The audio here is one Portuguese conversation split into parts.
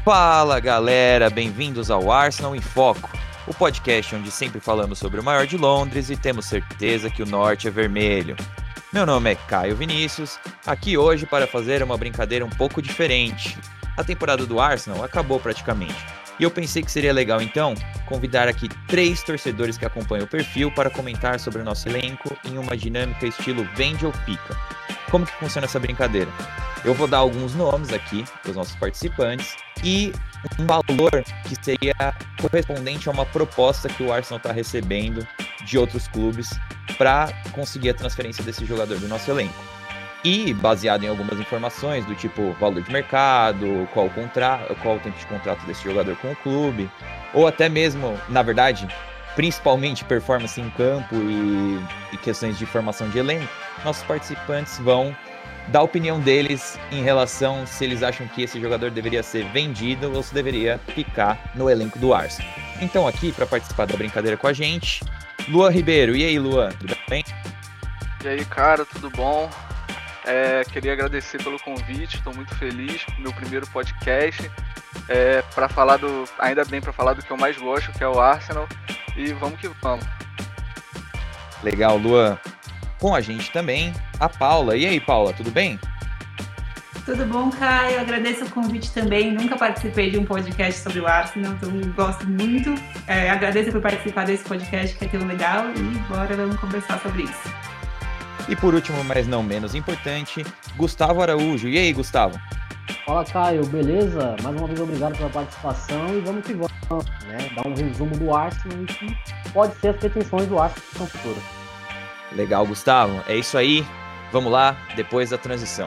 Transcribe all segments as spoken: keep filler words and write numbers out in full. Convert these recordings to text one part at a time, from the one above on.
Fala galera, bem-vindos ao Arsenal em Foco, o podcast onde sempre falamos sobre o maior de Londres e temos certeza que o norte é vermelho. Meu nome é Caio Vinícius, aqui hoje para fazer uma brincadeira um pouco diferente. A temporada do Arsenal acabou praticamente, e eu pensei que seria legal então convidar aqui três torcedores que acompanham o perfil para comentar sobre o nosso elenco em uma dinâmica estilo vende ou fica. Como que funciona essa brincadeira? Eu vou dar alguns nomes aqui para os nossos participantes e um valor que seria correspondente a uma proposta que o Arsenal está recebendo de outros clubes para conseguir a transferência desse jogador do nosso elenco. E baseado em algumas informações do tipo valor de mercado, qual o, contra... qual o tempo de contrato desse jogador com o clube, ou até mesmo, na verdade, principalmente performance em campo e, e questões de formação de elenco, nossos participantes vão dar a opinião deles em relação se eles acham que esse jogador deveria ser vendido ou se deveria ficar no elenco do Arsenal. Então aqui, para participar da brincadeira com a gente, Luan Ribeiro. E aí, Luan, tudo bem? E aí, cara, tudo bom? É, queria agradecer pelo convite, estou muito feliz com o meu primeiro podcast. É, para falar do, ainda bem para falar do que eu mais gosto, que é o Arsenal, e vamos que vamos. Legal, Luan. Com a gente também, a Paula. E aí, Paula, tudo bem? Tudo bom, Caio? Agradeço o convite também. Nunca participei de um podcast sobre o Arsenal, então gosto muito. É, agradeço por participar desse podcast, que é tão legal. E bora, vamos conversar sobre isso. E por último, mas não menos importante, Gustavo Araújo. E aí, Gustavo? Fala, Caio, beleza? Mais uma vez, obrigado pela participação e vamos que vamos, né? Dar um resumo do Arsenal e que pode ser as pretensões do Arsenal no futuro. Legal, Gustavo. É isso aí. Vamos lá, depois da transição.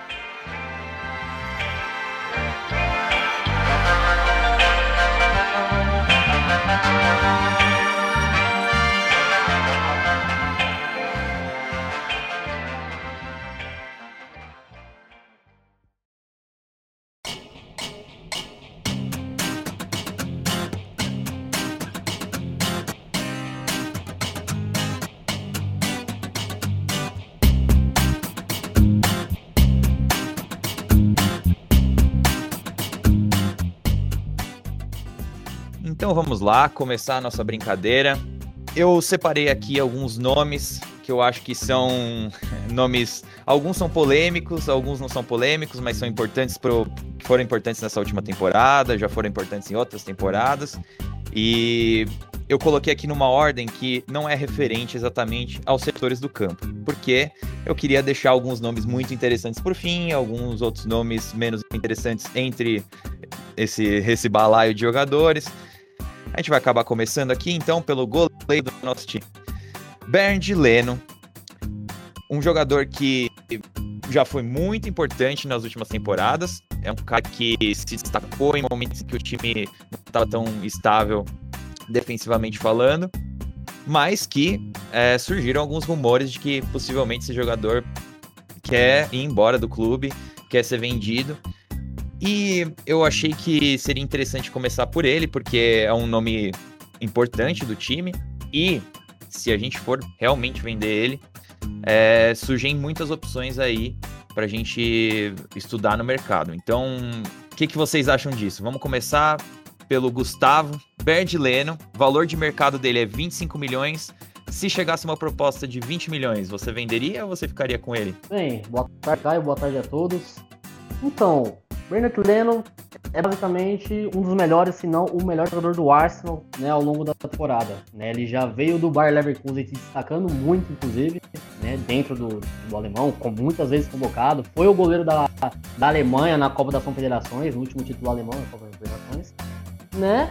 Então vamos lá, começar a nossa brincadeira. Eu separei aqui alguns nomes que eu acho que são nomes... Alguns são polêmicos, alguns não são polêmicos, mas são importantes, pro, foram importantes nessa última temporada, já foram importantes em outras temporadas. E eu coloquei aqui numa ordem que não é referente exatamente aos setores do campo, porque eu queria deixar alguns nomes muito interessantes por fim, alguns outros nomes menos interessantes entre esse, esse balaio de jogadores. A gente vai acabar começando aqui, então, pelo goleiro do nosso time. Bernd Leno, um jogador que já foi muito importante nas últimas temporadas. É um cara que se destacou em momentos em que o time não estava tão estável defensivamente falando, mas que é, surgiram alguns rumores de que possivelmente esse jogador quer ir embora do clube, quer ser vendido. E eu achei que seria interessante começar por ele, porque é um nome importante do time. E se a gente for realmente vender ele, é, surgem muitas opções aí pra gente estudar no mercado. Então, o que, que vocês acham disso? Vamos começar pelo Gustavo. Bernd Leno, valor de mercado dele é vinte e cinco milhões. Se chegasse uma proposta de vinte milhões, você venderia ou você ficaria com ele? Bem, boa tarde, Caio, boa tarde a todos. Então, Bernd Leno é basicamente um dos melhores, se não o melhor jogador do Arsenal, né, ao longo da temporada. Né? Ele já veio do Bayer Leverkusen se destacando muito, inclusive, né, dentro do, do alemão, com muitas vezes convocado. Foi o goleiro da, da Alemanha na Copa das Confederações, no último título alemão na Copa das Confederações, né?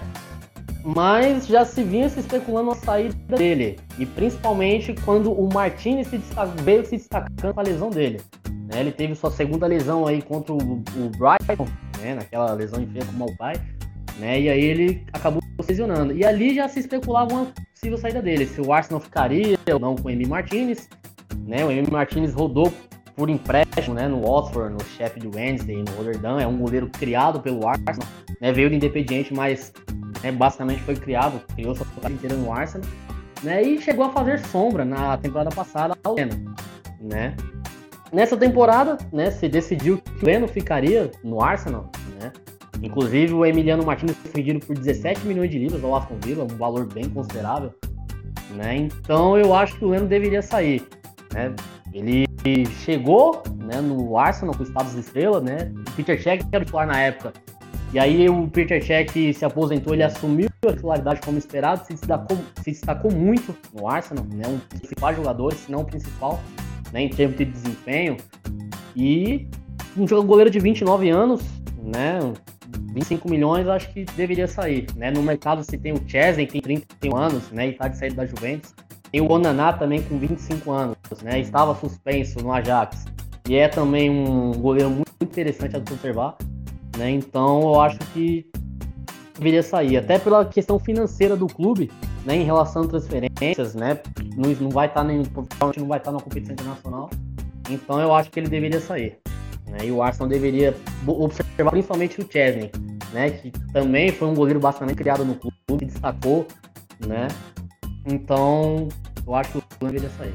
Mas já se vinha se especulando a saída dele, e principalmente quando o Martinez se destaca, veio se destacando com a lesão dele. Né? Ele teve sua segunda lesão aí contra o, o Brighton, né? Naquela lesão feia com o Maupay, né? E aí ele acabou se lesionando. E ali já se especulava uma possível saída dele, se o Arsenal ficaria ou não com o Emi Martinez. Né? O Emi Martinez rodou por empréstimo, né, no Oxford, no Sheffield Wednesday, no Rotterdam. É um goleiro criado pelo Arsenal, né? Veio do Independiente, mas né, basicamente foi criado, criou sua carreira inteira no Arsenal, né? E chegou a fazer sombra na temporada passada ao Leno, né? Nessa temporada, né, se decidiu que o Leno ficaria no Arsenal, né? Inclusive o Emiliano Martínez foi vendido por dezessete milhões de libras ao Aston Villa, um valor bem considerável, né? Então eu acho que o Leno deveria sair, né? Ele chegou, né, no Arsenal com o status de estrela, né? O Peter Cech era o titular na época. E aí o Peter Cech se aposentou, ele assumiu a titularidade como esperado, se destacou, se destacou muito no Arsenal, né? Um dos principais jogadores, se não o principal, né, em termos de desempenho. E um goleiro de vinte e nove anos, né? vinte e cinco milhões, acho que deveria sair, né? No mercado se tem o Chesney, que tem trinta e um anos, né? E tá de saída da Juventus. Tem o Onaná também com vinte e cinco anos, né? Estava suspenso no Ajax. E é também um goleiro muito interessante a observar, né? Então eu acho que deveria sair, até pela questão financeira do clube, né? Em relação a transferências, né? Não, não vai estar nem, provavelmente não vai estar na competição internacional. Então eu acho que ele deveria sair, né? E o Arsenal deveria observar principalmente o Chesney, né? Que também foi um goleiro bastante criado no clube, que destacou, né? Então eu acho que o Leno deveria sair.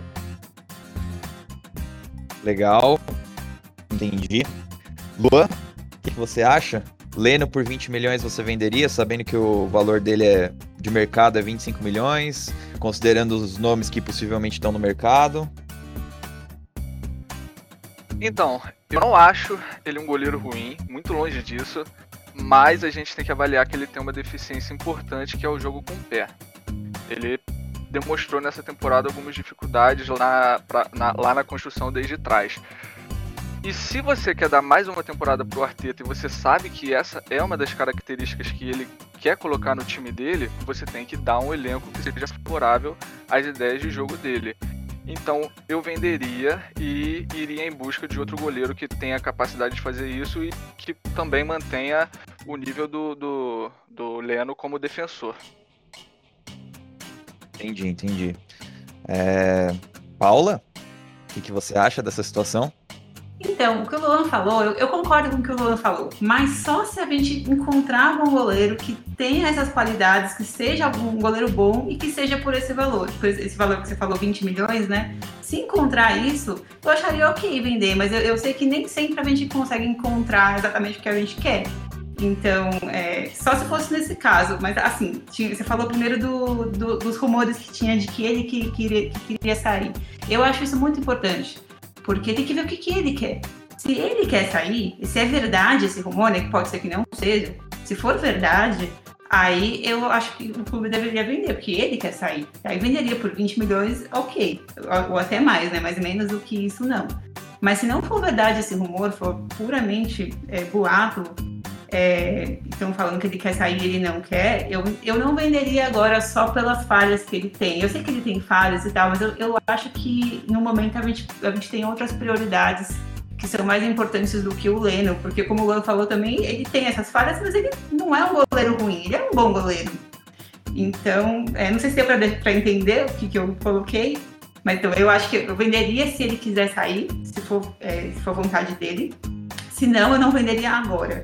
Legal, entendi. Luan, o que, que você acha? Leno por vinte milhões você venderia, sabendo que o valor dele é de mercado é vinte e cinco milhões, considerando os nomes que possivelmente estão no mercado? Então, eu não acho ele um goleiro ruim, muito longe disso, mas a gente tem que avaliar que ele tem uma deficiência importante, que é o jogo com o pé. Ele demonstrou nessa temporada algumas dificuldades lá, pra, na, lá na construção desde trás. E se você quer dar mais uma temporada pro Arteta e você sabe que essa é uma das características que ele quer colocar no time dele, você tem que dar um elenco que seja favorável às ideias de jogo dele. Então eu venderia e iria em busca de outro goleiro que tenha a capacidade de fazer isso e que também mantenha o nível do, do, do Leno como defensor. Entendi, entendi. É... Paula, o que, que você acha dessa situação? Então, o que o Luan falou, eu, eu concordo com o que o Luan falou, mas só se a gente encontrar um goleiro que tenha essas qualidades, que seja um goleiro bom e que seja por esse valor, por esse valor que você falou, vinte milhões, né? Se encontrar isso, eu acharia ok vender, mas eu, eu sei que nem sempre a gente consegue encontrar exatamente o que a gente quer. Então, é, só se fosse nesse caso, mas assim, tinha, você falou primeiro do, do, dos rumores que tinha de que ele que, que, que queria sair. Eu acho isso muito importante. Porque tem que ver o que, que ele quer. Se ele quer sair, e se é verdade esse rumor, né, que pode ser que não seja, se for verdade, aí eu acho que o clube deveria vender, porque ele quer sair. Aí venderia por vinte milhões, ok. Ou até mais, né? Mais ou menos do que isso, não. Mas se não for verdade esse rumor, for puramente é, boato, é, estão falando que ele quer sair e ele não quer, eu, eu não venderia agora só pelas falhas que ele tem. Eu sei que ele tem falhas e tal, mas eu, eu acho que no momento a gente, a gente tem outras prioridades que são mais importantes do que o Leno, porque como o Luan falou também, ele tem essas falhas, mas ele não é um goleiro ruim, ele é um bom goleiro. Então, é, não sei se deu para entender o que, que eu coloquei, mas então, eu acho que eu venderia se ele quiser sair, se for, é, se for vontade dele. Se não, eu não venderia agora.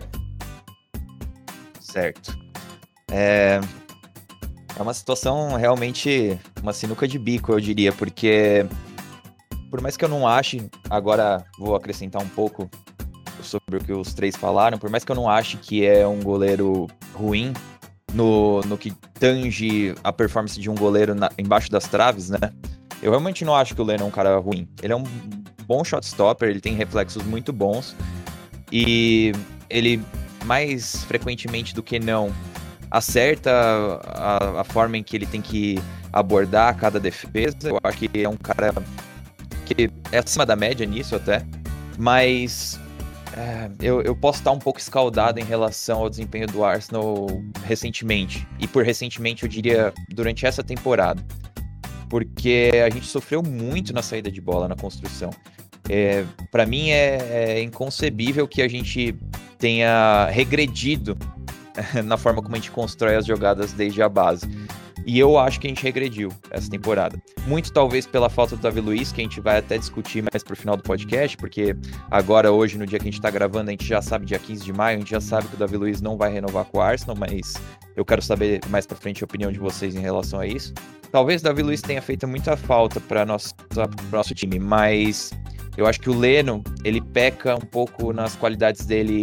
Certo. É... é uma situação realmente uma sinuca de bico, eu diria, porque por mais que eu não ache, agora vou acrescentar um pouco sobre o que os três falaram, por mais que eu não ache que é um goleiro ruim no, no que tange a performance de um goleiro na, embaixo das traves, né? Eu realmente não acho que o Leno é um cara ruim. Ele é um bom shotstopper, ele tem reflexos muito bons e ele mais frequentemente do que não acerta a, a forma em que ele tem que abordar cada defesa. Eu acho que é um cara que é acima da média nisso até, mas é, eu, eu posso estar um pouco escaldado em relação ao desempenho do Arsenal recentemente, e por recentemente eu diria durante essa temporada, porque a gente sofreu muito na saída de bola, na construção. É, para mim é, é inconcebível que a gente tenha regredido na forma como a gente constrói as jogadas desde a base. E eu acho que a gente regrediu essa temporada. Muito talvez pela falta do Davi Luiz, que a gente vai até discutir mais pro final do podcast, porque agora, hoje, no dia que a gente tá gravando, a gente já sabe, dia quinze de maio, a gente já sabe que o Davi Luiz não vai renovar com o Arsenal, mas eu quero saber mais pra frente a opinião de vocês em relação a isso. Talvez o Davi Luiz tenha feito muita falta para nosso, pro nosso time, mas eu acho que o Leno, ele peca um pouco nas qualidades dele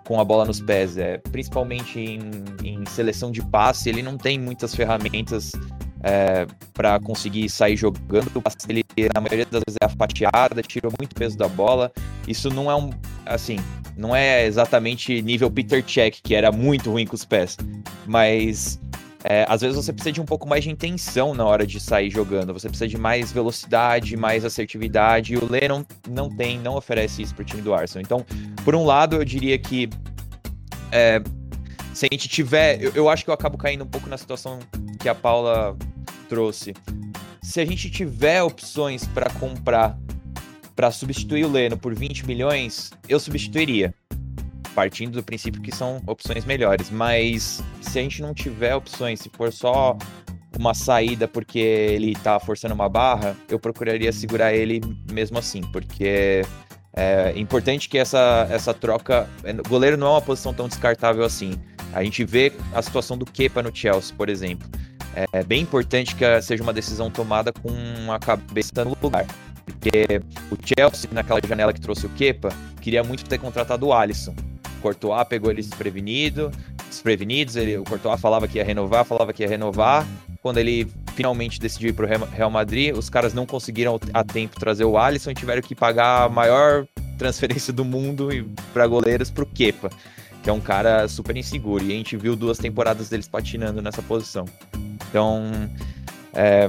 com a bola nos pés, é, principalmente em, em seleção de passe, ele não tem muitas ferramentas é, para conseguir sair jogando. O passe dele, na maioria das vezes, é a fatiada, tira muito peso da bola. Isso não é um, assim, não é exatamente nível Peter Cech, que era muito ruim com os pés, mas é, às vezes você precisa de um pouco mais de intenção na hora de sair jogando, você precisa de mais velocidade, mais assertividade, e o Lê não, não tem, não oferece isso para o time do Arsenal. Então, por um lado, eu diria que é, se a gente tiver, eu, eu acho que eu acabo caindo um pouco na situação que a Paula trouxe. Se a gente tiver opções para comprar, para substituir o Leno por vinte milhões, eu substituiria, partindo do princípio que são opções melhores. Mas se a gente não tiver opções, se for só uma saída porque ele tá forçando uma barra, eu procuraria segurar ele mesmo assim, porque é importante que essa, essa troca... O goleiro não é uma posição tão descartável assim. A gente vê a situação do Kepa no Chelsea, por exemplo. É bem importante que seja uma decisão tomada com a cabeça no lugar. Porque o Chelsea, naquela janela que trouxe o Kepa, queria muito ter contratado o Alisson. O Courtois pegou eles desprevenido, desprevenidos, ele, o Courtois falava que ia renovar, falava que ia renovar. Quando ele finalmente decidiu ir para o Real Madrid, os caras não conseguiram a tempo trazer o Alisson e tiveram que pagar a maior transferência do mundo para goleiros para o Kepa, que é um cara super inseguro. E a gente viu duas temporadas deles patinando nessa posição. Então, é,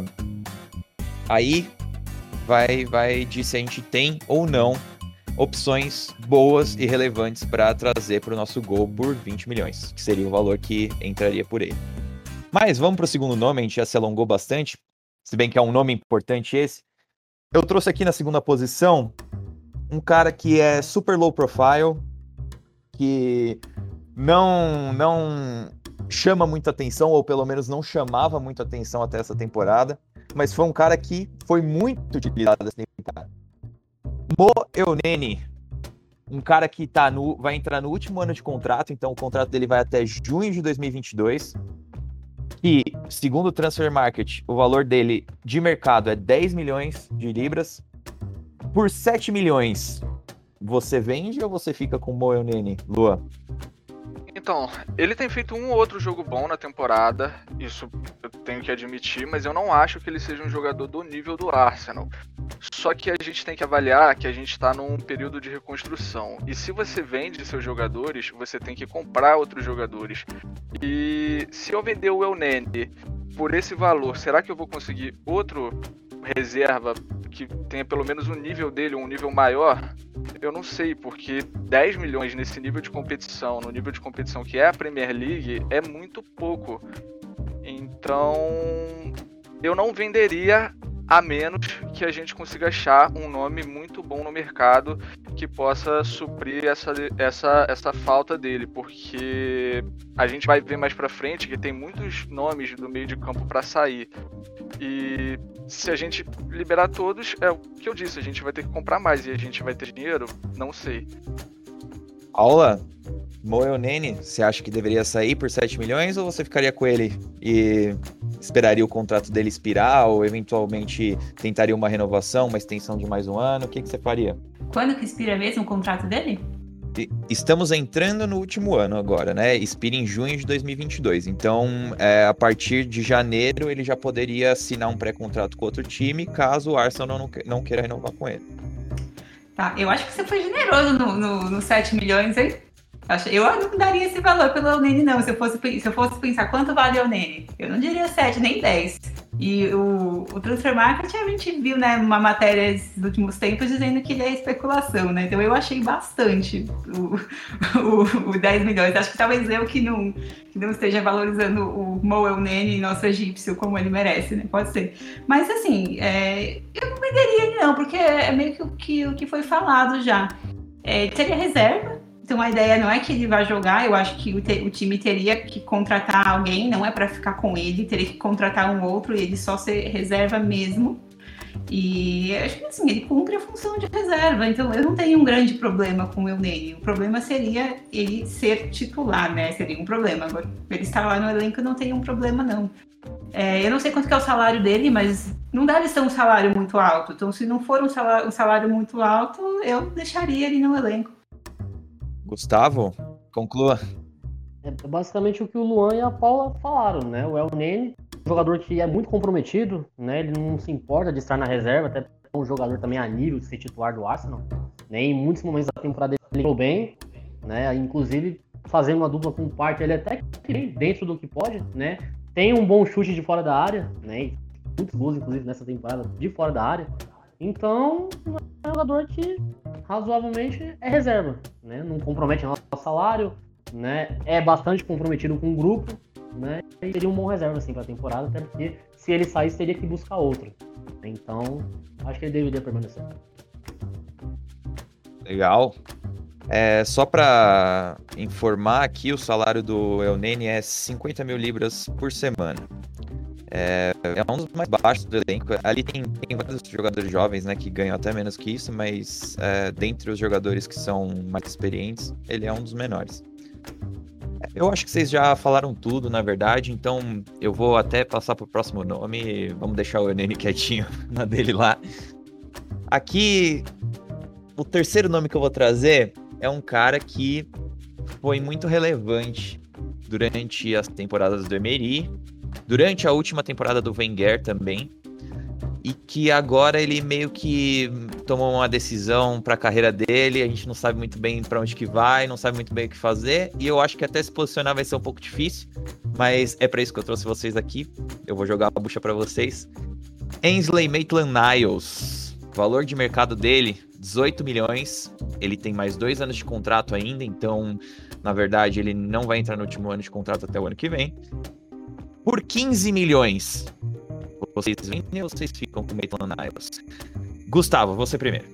aí vai, vai de se a gente tem ou não opções boas e relevantes para trazer para o nosso gol por vinte milhões, que seria o valor que entraria por ele. Mas vamos para o segundo nome, a gente já se alongou bastante, se bem que é um nome importante esse. Eu trouxe aqui na segunda posição um cara que é super low profile, que não, não chama muita atenção, ou pelo menos não chamava muita atenção até essa temporada, mas foi um cara que foi muito utilizado nessa temporada. Mo Elneny, um cara que tá no, vai entrar no último ano de contrato, então o contrato dele vai até junho de dois mil e vinte e dois, e segundo o Transfer Market, o valor dele de mercado é dez milhões de libras. Por sete milhões, você vende ou você fica com o Mo Elneny, Lua? Então, ele tem feito um ou outro jogo bom na temporada, isso eu tenho que admitir, mas eu não acho que ele seja um jogador do nível do Arsenal. Só que a gente tem que avaliar que a gente está num período de reconstrução. E se você vende seus jogadores, você tem que comprar outros jogadores. E se eu vender o Elneny por esse valor, será que eu vou conseguir outro reserva que tenha pelo menos um nível dele, um nível maior? Eu não sei, porque dez milhões nesse nível de competição, no nível de competição que é a Premier League, é muito pouco. Então, eu não venderia a menos que a gente consiga achar um nome muito bom no mercado que possa suprir essa, essa, essa falta dele, porque a gente vai ver mais pra frente que tem muitos nomes do meio de campo para sair. E se a gente liberar todos, é o que eu disse, a gente vai ter que comprar mais e a gente vai ter dinheiro? Não sei. Paula, Mo Elneny, você acha que deveria sair por sete milhões ou você ficaria com ele e esperaria o contrato dele expirar ou eventualmente tentaria uma renovação, uma extensão de mais um ano? O que, que você faria? Quando que expira mesmo o contrato dele? Estamos entrando no último ano agora, né? Expira em junho de dois mil e vinte e dois. Então, é, a partir de janeiro, ele já poderia assinar um pré-contrato com outro time, caso o Arsenal não, não queira renovar com ele. Tá, eu acho que você foi generoso no, no, no sete milhões, hein? Eu não daria esse valor pelo Elneny, não. Se eu, fosse, se eu fosse pensar quanto vale o Elneny, eu não diria sete, nem dez. E o, o Transfer Market, a gente viu, né, uma matéria nos últimos tempos dizendo que ele é especulação, né? Então eu achei bastante o, o, o dez milhões. Acho que talvez eu que não, que não esteja valorizando o Mo Elneny, nosso egípcio, como ele merece, né? Pode ser. Mas assim, é, eu não venderia ele não, porque é meio que o que, o que foi falado já. É, seria reserva. Então a ideia não é que ele vá jogar, eu acho que o, te, o time teria que contratar alguém, não é para ficar com ele, teria que contratar um outro e ele só ser reserva mesmo. E acho que assim, ele cumpre a função de reserva, então eu não tenho um grande problema com o Elneny. O problema seria ele ser titular, né? Seria um problema. Agora, ele estar lá no elenco não tem um problema, não. É, eu não sei quanto que é o salário dele, mas não deve ser um salário muito alto. Então, se não for um salário, um salário muito alto, eu deixaria ele no elenco. Gustavo, Conclua. É basicamente o que o Luan e a Paula falaram, né? O El Nene, um jogador que é muito comprometido, né? Ele não se importa de estar na reserva, até porque é um jogador também a nível de ser titular do Arsenal, né? Em muitos momentos da temporada ele jogou bem, né? Inclusive fazendo uma dupla com o Partey, ele até que bem dentro do que pode, né? Tem um bom chute de fora da área, né? Muitos gols, inclusive, nessa temporada de fora da área. Então, é um jogador que razoavelmente é reserva, né? Não compromete nosso salário, né? É bastante comprometido com o grupo, né? E seria um bom reserva assim para a temporada, até porque se ele saísse teria que buscar outro. Então, acho que ele deveria permanecer. Legal. É, só para informar aqui, o salário do El Nene é cinquenta mil libras por semana. É, é um dos mais baixos do elenco. Ali tem, tem vários jogadores jovens, né, que ganham até menos que isso, mas é, dentre os jogadores que são mais experientes, ele é um dos menores. Eu acho que vocês já falaram tudo, na verdade, então eu vou até passar pro próximo nome. Vamos deixar o El Nene quietinho na dele lá. Aqui, o terceiro nome que eu vou trazer é um cara que foi muito relevante durante as temporadas do Emery, durante a última temporada do Wenger também, e que agora ele meio que tomou uma decisão para a carreira dele, a gente não sabe muito bem para onde que vai, não sabe muito bem o que fazer, e eu acho que até se posicionar vai ser um pouco difícil, mas é para isso que eu trouxe vocês aqui, eu vou jogar a bucha para vocês. Ainsley Maitland-Niles, o valor de mercado dele, dezoito milhões, ele tem mais dois anos de contrato ainda, então, na verdade, ele não vai entrar no último ano de contrato até o ano que vem. Por quinze milhões, vocês vendem ou vocês ficam com o Maitland-Niles? Gustavo, você primeiro.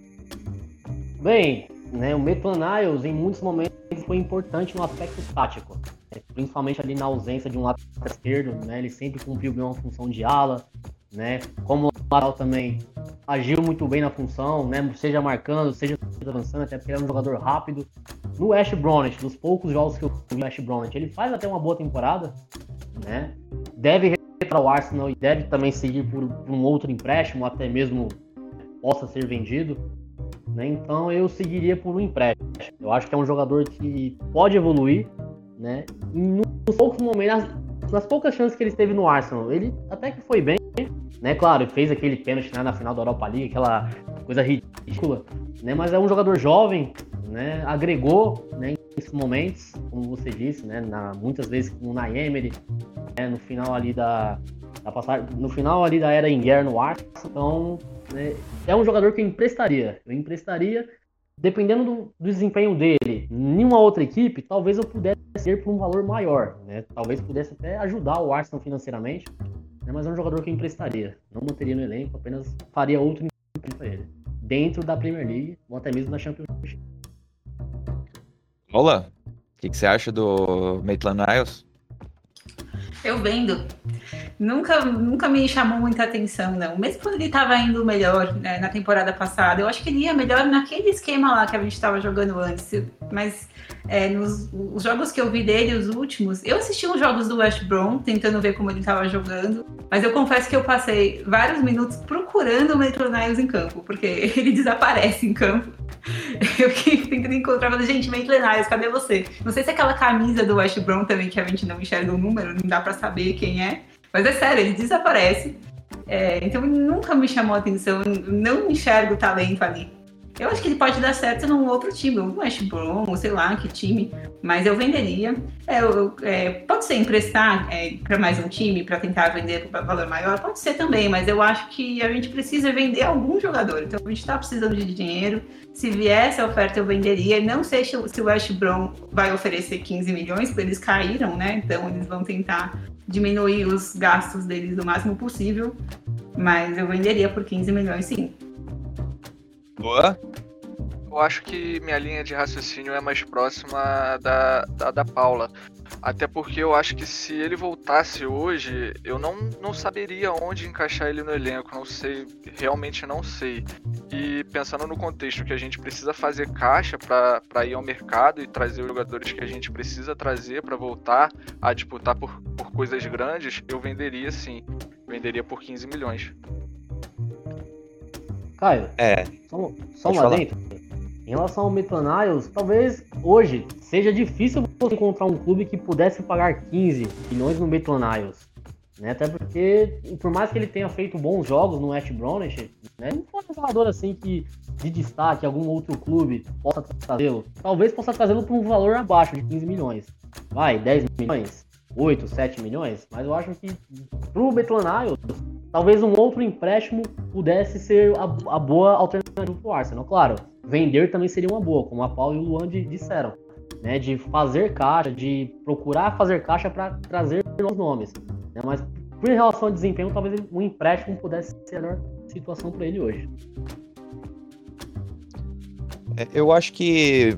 Bem, né, o Maitland-Niles em muitos momentos foi importante no aspecto tático, né, principalmente ali na ausência de um lateral esquerdo, né, ele sempre cumpriu bem uma função de ala, né, como lateral também agiu muito bem na função, né, seja marcando, seja avançando, até porque ele é um jogador rápido. No West Bromwich, dos poucos jogos que eu vi no West Bromwich, ele faz até uma boa temporada, né? Deve retornar para o Arsenal e deve também seguir por, por um outro empréstimo, até mesmo possa ser vendido, né? Então eu seguiria por um empréstimo. Eu acho que é um jogador que pode evoluir, né? E nos poucos momentos, nas, nas poucas chances que ele teve no Arsenal, ele até que foi bem, né? Claro, fez aquele pênalti, né, na final da Europa League, aquela coisa ridícula, né? Mas é um jogador jovem, né? Agregou, né, em esses momentos, como você disse, né? Na, muitas vezes com o Unai Emery, né, no final ali da, da passagem, no final ali da era Wenger no Arsenal. Então, né, é um jogador que eu emprestaria. Eu emprestaria, dependendo do, do desempenho dele, em uma outra equipe, talvez eu pudesse ir por um valor maior, né? Talvez pudesse até ajudar o Arsenal financeiramente, né? Mas é um jogador que eu emprestaria. Não manteria no elenco, apenas faria outro empréstimo para ele, dentro da Premier League ou até mesmo da Champions League. Olá, o que, que você acha do Maitland-Niles? Eu vendo. Nunca, nunca me chamou muita atenção, não. Mesmo quando ele estava indo melhor, né, na temporada passada, eu acho que ele ia melhor naquele esquema lá que a gente estava jogando antes. Mas é, nos os jogos que eu vi dele, os últimos, eu assisti uns jogos do West Brom, tentando ver como ele estava jogando. Mas eu confesso que eu passei vários minutos procurando o Maitland-Niles em campo, porque ele desaparece em campo. Eu fiquei tentando encontrar, falei, gente, Maitland-Niles, cadê você? Não sei se é aquela camisa do West Brom também, que a gente não enxerga o número, não dá pra saber quem é. Mas é sério, ele desaparece. É, então nunca me chamou a atenção, não enxergo o talento ali. Eu acho que ele pode dar certo num outro time, um West Brom, ou sei lá que time, mas eu venderia. É, eu, é, pode ser emprestar é, para mais um time, para tentar vender por valor maior, pode ser também, mas eu acho que a gente precisa vender algum jogador, então a gente está precisando de dinheiro. Se vier essa oferta, eu venderia. Não sei se o West Brom vai oferecer quinze milhões, porque eles caíram, né? Então eles vão tentar diminuir os gastos deles o máximo possível, mas eu venderia por quinze milhões, sim. Boa. Eu acho que minha linha de raciocínio é mais próxima da, da, da Paula. Até porque eu acho que se ele voltasse hoje, eu não, não saberia onde encaixar ele no elenco. Não sei, realmente não sei. E pensando no contexto que a gente precisa fazer caixa para ir ao mercado e trazer os jogadores que a gente precisa trazer para voltar a disputar por, por coisas grandes, eu venderia sim. Venderia por quinze milhões. Caio, É. só, só Pode um falar. adendo. Em relação ao Maitland-Niles, talvez hoje seja difícil você encontrar um clube que pudesse pagar quinze milhões no Maitland-Niles. Né? Até porque, por mais que ele tenha feito bons jogos no West Bromwich, né? Ele não foi um jogador assim que, de destaque, algum outro clube possa trazê-lo. Talvez possa trazê-lo por um valor abaixo de quinze milhões. Vai, dez milhões, oito, sete milhões. Mas eu acho que pro Maitland-Niles, talvez um outro empréstimo pudesse ser a, a boa alternativa pro Arsenal. Claro, vender também seria uma boa, como a Paula e o Luan disseram. Né? De fazer caixa, de procurar fazer caixa para trazer novos nomes. Né? Mas por relação ao desempenho, talvez um empréstimo pudesse ser a melhor situação para ele hoje. É, eu acho que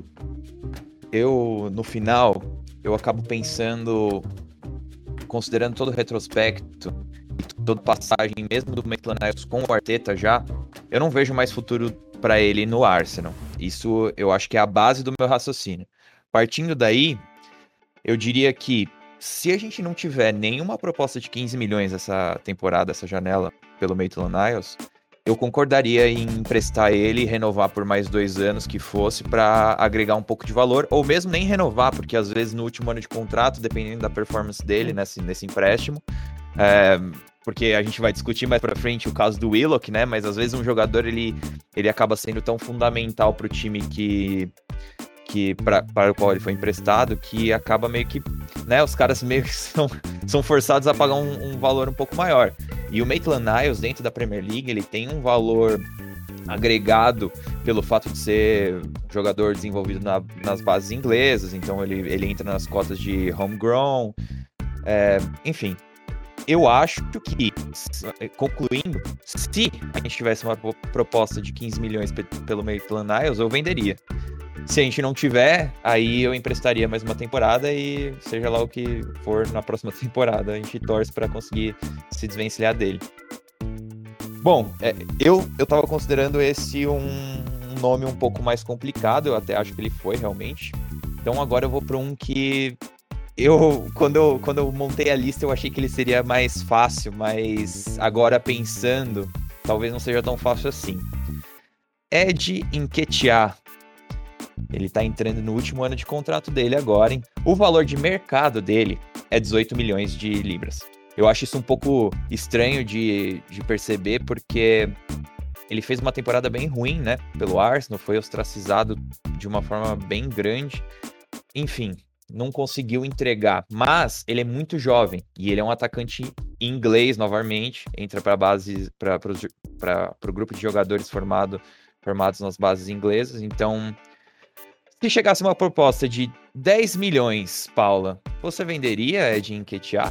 eu, no final, eu acabo pensando, considerando todo o retrospecto e toda passagem, mesmo do Maitland-Niles com o Arteta já, eu não vejo mais futuro para ele no Arsenal. Isso eu acho que é a base do meu raciocínio. Partindo daí, eu diria que se a gente não tiver nenhuma proposta de quinze milhões essa temporada, essa janela, pelo Maitland-Niles, eu concordaria em emprestar ele e renovar por mais dois anos que fosse para agregar um pouco de valor, ou mesmo nem renovar, porque às vezes no último ano de contrato, dependendo da performance dele nesse, nesse empréstimo, é, porque a gente vai discutir mais para frente o caso do Willock, né? Mas às vezes um jogador ele, ele acaba sendo tão fundamental para o time que... que pra, para o qual ele foi emprestado, que acaba meio que, né, os caras meio que são, são forçados a pagar um, um valor um pouco maior. E o Maitland-Niles, dentro da Premier League, ele tem um valor agregado pelo fato de ser jogador desenvolvido na, nas bases inglesas, então ele, ele entra nas cotas de homegrown, é, enfim. Eu acho que, concluindo, se a gente tivesse uma proposta de quinze milhões pelo Maitland-Niles, eu venderia. Se a gente não tiver, aí eu emprestaria mais uma temporada e seja lá o que for na próxima temporada, a gente torce para conseguir se desvencilhar dele. Bom, é, eu, eu tava considerando esse um, um nome um pouco mais complicado, eu até acho que ele foi realmente. Então agora eu vou para um que eu quando, eu, quando eu montei a lista eu achei que ele seria mais fácil, mas agora pensando, talvez não seja tão fácil assim. Ed Nketiah. Ele tá entrando no último ano de contrato dele agora, hein? O valor de mercado dele é dezoito milhões de libras. Eu acho isso um pouco estranho de, de perceber, porque ele fez uma temporada bem ruim, né? Pelo Arsenal, foi ostracizado de uma forma bem grande. Enfim, não conseguiu entregar. Mas ele é muito jovem e ele é um atacante inglês, novamente. Entra para a base, para o grupo de jogadores formado, formados nas bases inglesas. Então... se chegasse uma proposta de dez milhões, Paula, você venderia Ed Nketiah?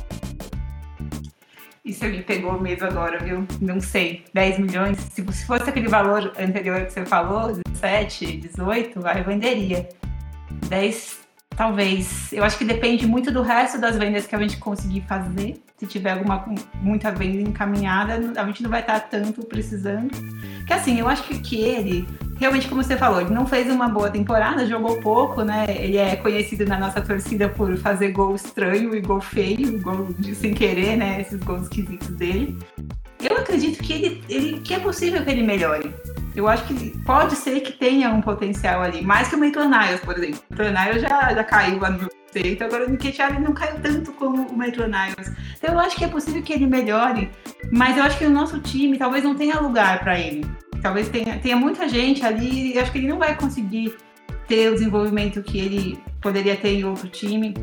Isso me pegou mesmo agora, viu? Não sei. dez milhões? Se fosse aquele valor anterior que você falou, dezessete, dezoito, aí eu venderia. dez, talvez. Eu acho que depende muito do resto das vendas que a gente conseguir fazer. Se tiver alguma muita venda encaminhada, a gente não vai estar tanto precisando. Que assim, eu acho que, que ele... realmente, como você falou, ele não fez uma boa temporada, jogou pouco, né? Ele é conhecido na nossa torcida por fazer gol estranho e gol feio, gol de sem querer, né? Esses gols esquisitos dele. Eu acredito que, ele, ele, que é possível que ele melhore. Eu acho que pode ser que tenha um potencial ali, mais que o Maitland-Niles, por exemplo. O Maitland-Niles já, já caiu lá no meu conceito, agora o Nketiah não caiu tanto como o Maitland-Niles. Então eu acho que é possível que ele melhore, mas eu acho que o nosso time talvez não tenha lugar para ele. Talvez tenha, tenha muita gente ali e acho que ele não vai conseguir ter o desenvolvimento que ele poderia ter em outro time.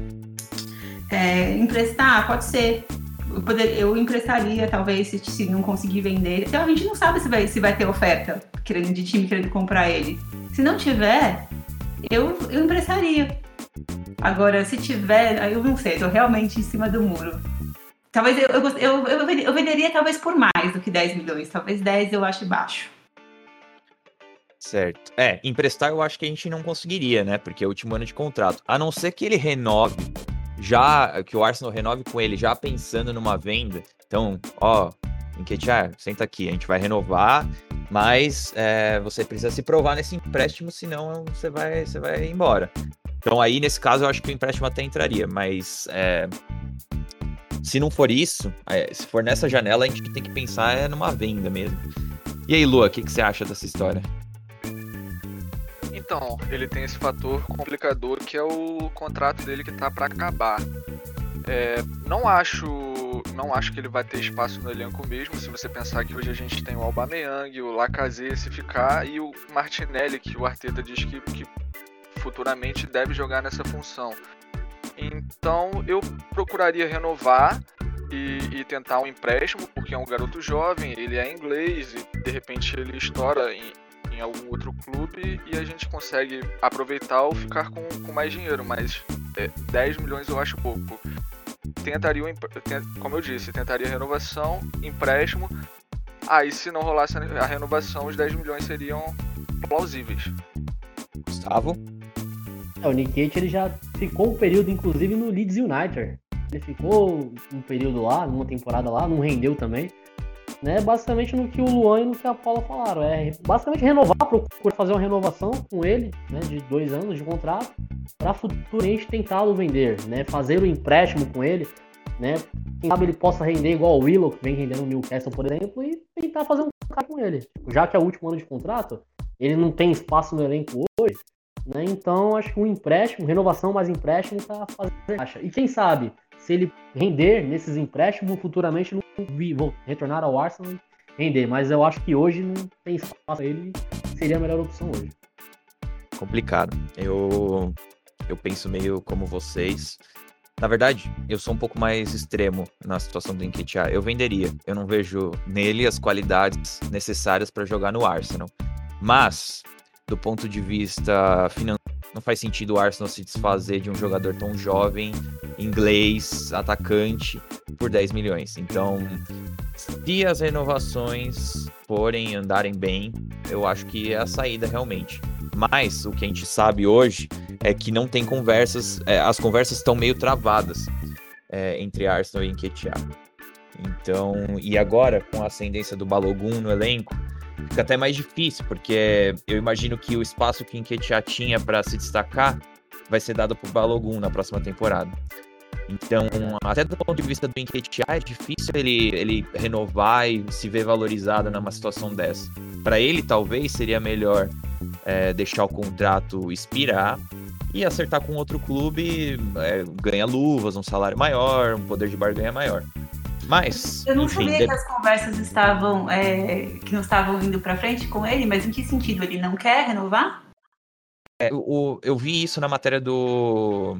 É, emprestar, pode ser. Eu, poder, eu emprestaria, talvez, se, se não conseguir vender. Então a gente não sabe se vai, se vai ter oferta querendo, de time querendo comprar ele. Se não tiver, eu, eu emprestaria. Agora, se tiver, eu não sei, estou realmente em cima do muro. Talvez eu, eu, eu, eu, eu venderia talvez por mais do que dez milhões. Talvez dez eu acho baixo. Certo. É, emprestar eu acho que a gente não conseguiria, né? Porque é o último ano de contrato. A não ser que ele renove, já que o Arsenal renove com ele, já pensando numa venda. Então, ó, Nketiah, senta aqui, a gente vai renovar, mas é, você precisa se provar nesse empréstimo, senão você vai, você vai embora. Então aí, nesse caso, eu acho que o empréstimo até entraria, mas é, se não for isso, é, se for nessa janela, a gente tem que pensar é, numa venda mesmo. E aí, Lua, o que, que você acha dessa história? Então, ele tem esse fator complicador que é o contrato dele que tá para acabar. É, não acho, não acho que ele vai ter espaço no elenco mesmo. Se você pensar que hoje a gente tem o Aubameyang, o Lacazette se ficar e o Martinelli, que o Arteta diz que, que futuramente deve jogar nessa função. Então eu procuraria renovar e, e tentar um empréstimo, porque é um garoto jovem, ele é inglês e de repente ele estoura em, em algum outro clube e a gente consegue aproveitar ou ficar com, com mais dinheiro, mas é, dez milhões eu acho pouco. Tentaria, como eu disse, tentaria renovação, empréstimo. Aí ah, se não rolasse a renovação, os dez milhões seriam plausíveis. Gustavo? É, o Nketiah, ele já ficou um período, inclusive, no Leeds United. Ele ficou um período lá, numa temporada lá, não rendeu também. Né, basicamente no que o Luan e no que a Paula falaram. É basicamente renovar, procurar fazer uma renovação com ele, né, de dois anos de contrato, para futuramente tentá-lo vender, né, fazer o empréstimo com ele, né, quem sabe ele possa render igual o Willow, que vem rendendo no Newcastle, por exemplo, e tentar fazer um contrato com ele. Já que é o último ano de contrato, ele não tem espaço no elenco hoje, né, então acho que um empréstimo, renovação mais empréstimo, tá fazendo caixa. E quem sabe, se ele render nesses empréstimos, futuramente não vou retornar ao Arsenal e render. Mas eu acho que hoje não tem espaço para ele, seria a melhor opção hoje. Complicado. Eu, eu penso meio como vocês. Na verdade, eu sou um pouco mais extremo na situação do Nketiah. Eu venderia. Eu não vejo nele as qualidades necessárias para jogar no Arsenal. Mas, do ponto de vista financeiro, não faz sentido o Arsenal se desfazer de um jogador tão jovem, inglês, atacante, por dez milhões. Então, se as renovações forem andarem bem, eu acho que é a saída realmente. Mas o que a gente sabe hoje é que não tem conversas, é, as conversas estão meio travadas é, entre Arsenal e Nketiah. Então, e agora, com a ascendência do Balogun no elenco, fica até mais difícil, porque eu imagino que o espaço que o Nketiah tinha para se destacar vai ser dado por Balogun na próxima temporada. Então, até do ponto de vista do Nketiah, é difícil ele, ele renovar e se ver valorizado numa situação dessa. Para ele, talvez, seria melhor é, deixar o contrato expirar e acertar com outro clube, é, ganha luvas, um salário maior, um poder de barganha maior. Mas, eu não enfim, sabia de... que as conversas estavam, é, que não estavam indo para frente com ele, mas em que sentido? Ele não quer renovar? É, eu, eu vi isso na matéria do...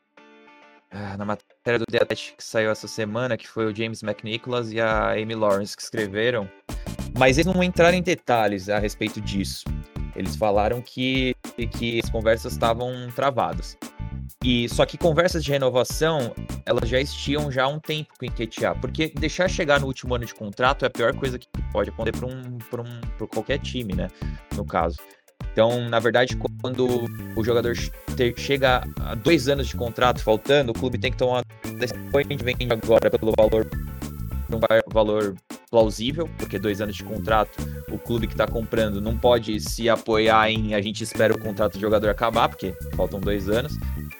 na matéria do The Athletic que saiu essa semana, que foi o James McNicholas e a Amy Lawrence que escreveram, mas eles não entraram em detalhes a respeito disso. Eles falaram que, que as conversas estavam travadas. E, só que conversas de renovação, elas já existiam já há um tempo com o Nketiah, porque deixar chegar no último ano de contrato é a pior coisa que pode acontecer para um, para um, para qualquer time, né, no caso. Então, na verdade, quando o jogador chega a dois anos de contrato faltando, o clube tem que tomar uma decisão, a gente vende agora pelo valor, um valor plausível, porque dois anos de contrato, o clube que está comprando não pode se apoiar em a gente espera o contrato do jogador acabar, porque faltam dois anos.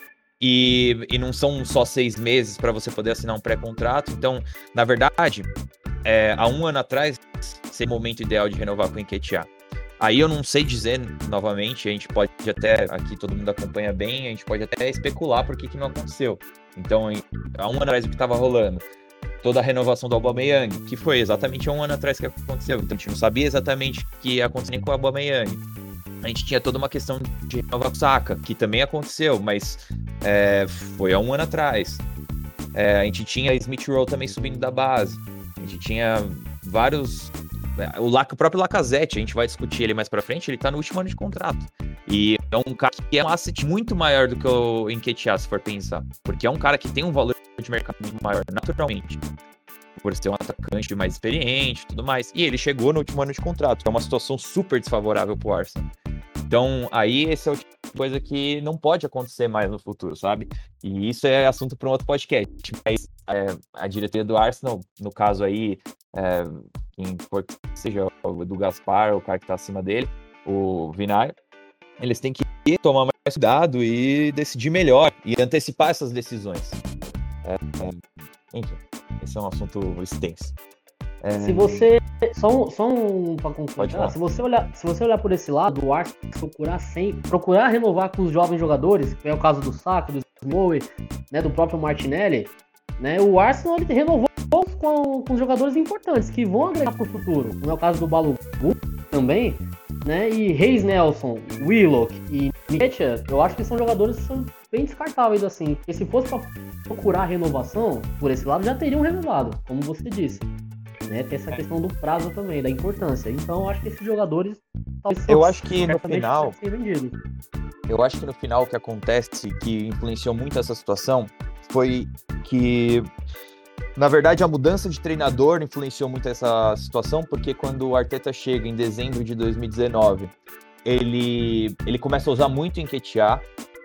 E, e não são só seis meses para você poder assinar um pré-contrato. Então, na verdade, é, há um ano atrás, seria o momento ideal de renovar com o Nketiah. Aí eu não sei dizer, novamente, a gente pode até, aqui todo mundo acompanha bem, a gente pode até especular por que que não aconteceu. Então, há um ano atrás o que estava rolando, toda a renovação do Aubameyang, que foi exatamente há um ano atrás que aconteceu. Então a gente não sabia exatamente o que ia acontecer com o Aubameyang. A gente tinha toda uma questão de renovar com o Saka, que também aconteceu, mas é, foi há um ano atrás. É, a gente tinha Smith Rowe também subindo da base. A gente tinha vários... O, La... o próprio Lacazette, a gente vai discutir ele mais pra frente, ele tá no último ano de contrato. E é um cara que é um asset muito maior do que o Nketiah, se for pensar. Porque é um cara que tem um valor de mercado muito maior, naturalmente. Por ser um atacante mais experiente e tudo mais. E ele chegou no último ano de contrato, que é uma situação super desfavorável pro Arsenal. Então, aí esse é o tipo de coisa que não pode acontecer mais no futuro, sabe? E isso é assunto para um outro podcast. Mas é, a diretoria do Arsenal, no caso aí, é, quem for que seja o do Gaspar, o cara que tá acima dele, o Vinay, eles têm que tomar mais cuidado e decidir melhor e antecipar essas decisões. É, é, enfim, esse é um assunto extenso. É... Se você. Só um, só um pra concluir. Se você olhar, se você olhar por esse lado, o Arsenal procurar sem, procurar renovar com os jovens jogadores, que é o caso do Saka, do Smoe, né, do próprio Martinelli, né? O Arsenal ele renovou com, com os jogadores importantes que vão agregar para o futuro. Não é o caso do Balogun também, né? E Reis Nelson, Willock e Nietzsche, eu acho que são jogadores que são bem descartáveis assim. Porque se fosse para procurar renovação por esse lado, já teriam renovado, como você disse. Né? Tem essa questão do prazo também, da importância. Então, eu acho que esses jogadores talvez eu acho que no final vendidos. Eu acho que no final o que acontece, que influenciou muito essa situação, foi que, na verdade, a mudança de treinador influenciou muito essa situação, porque quando o Arteta chega em dezembro de dois mil e dezenove, ele, ele começa a usar muito o Nketiah,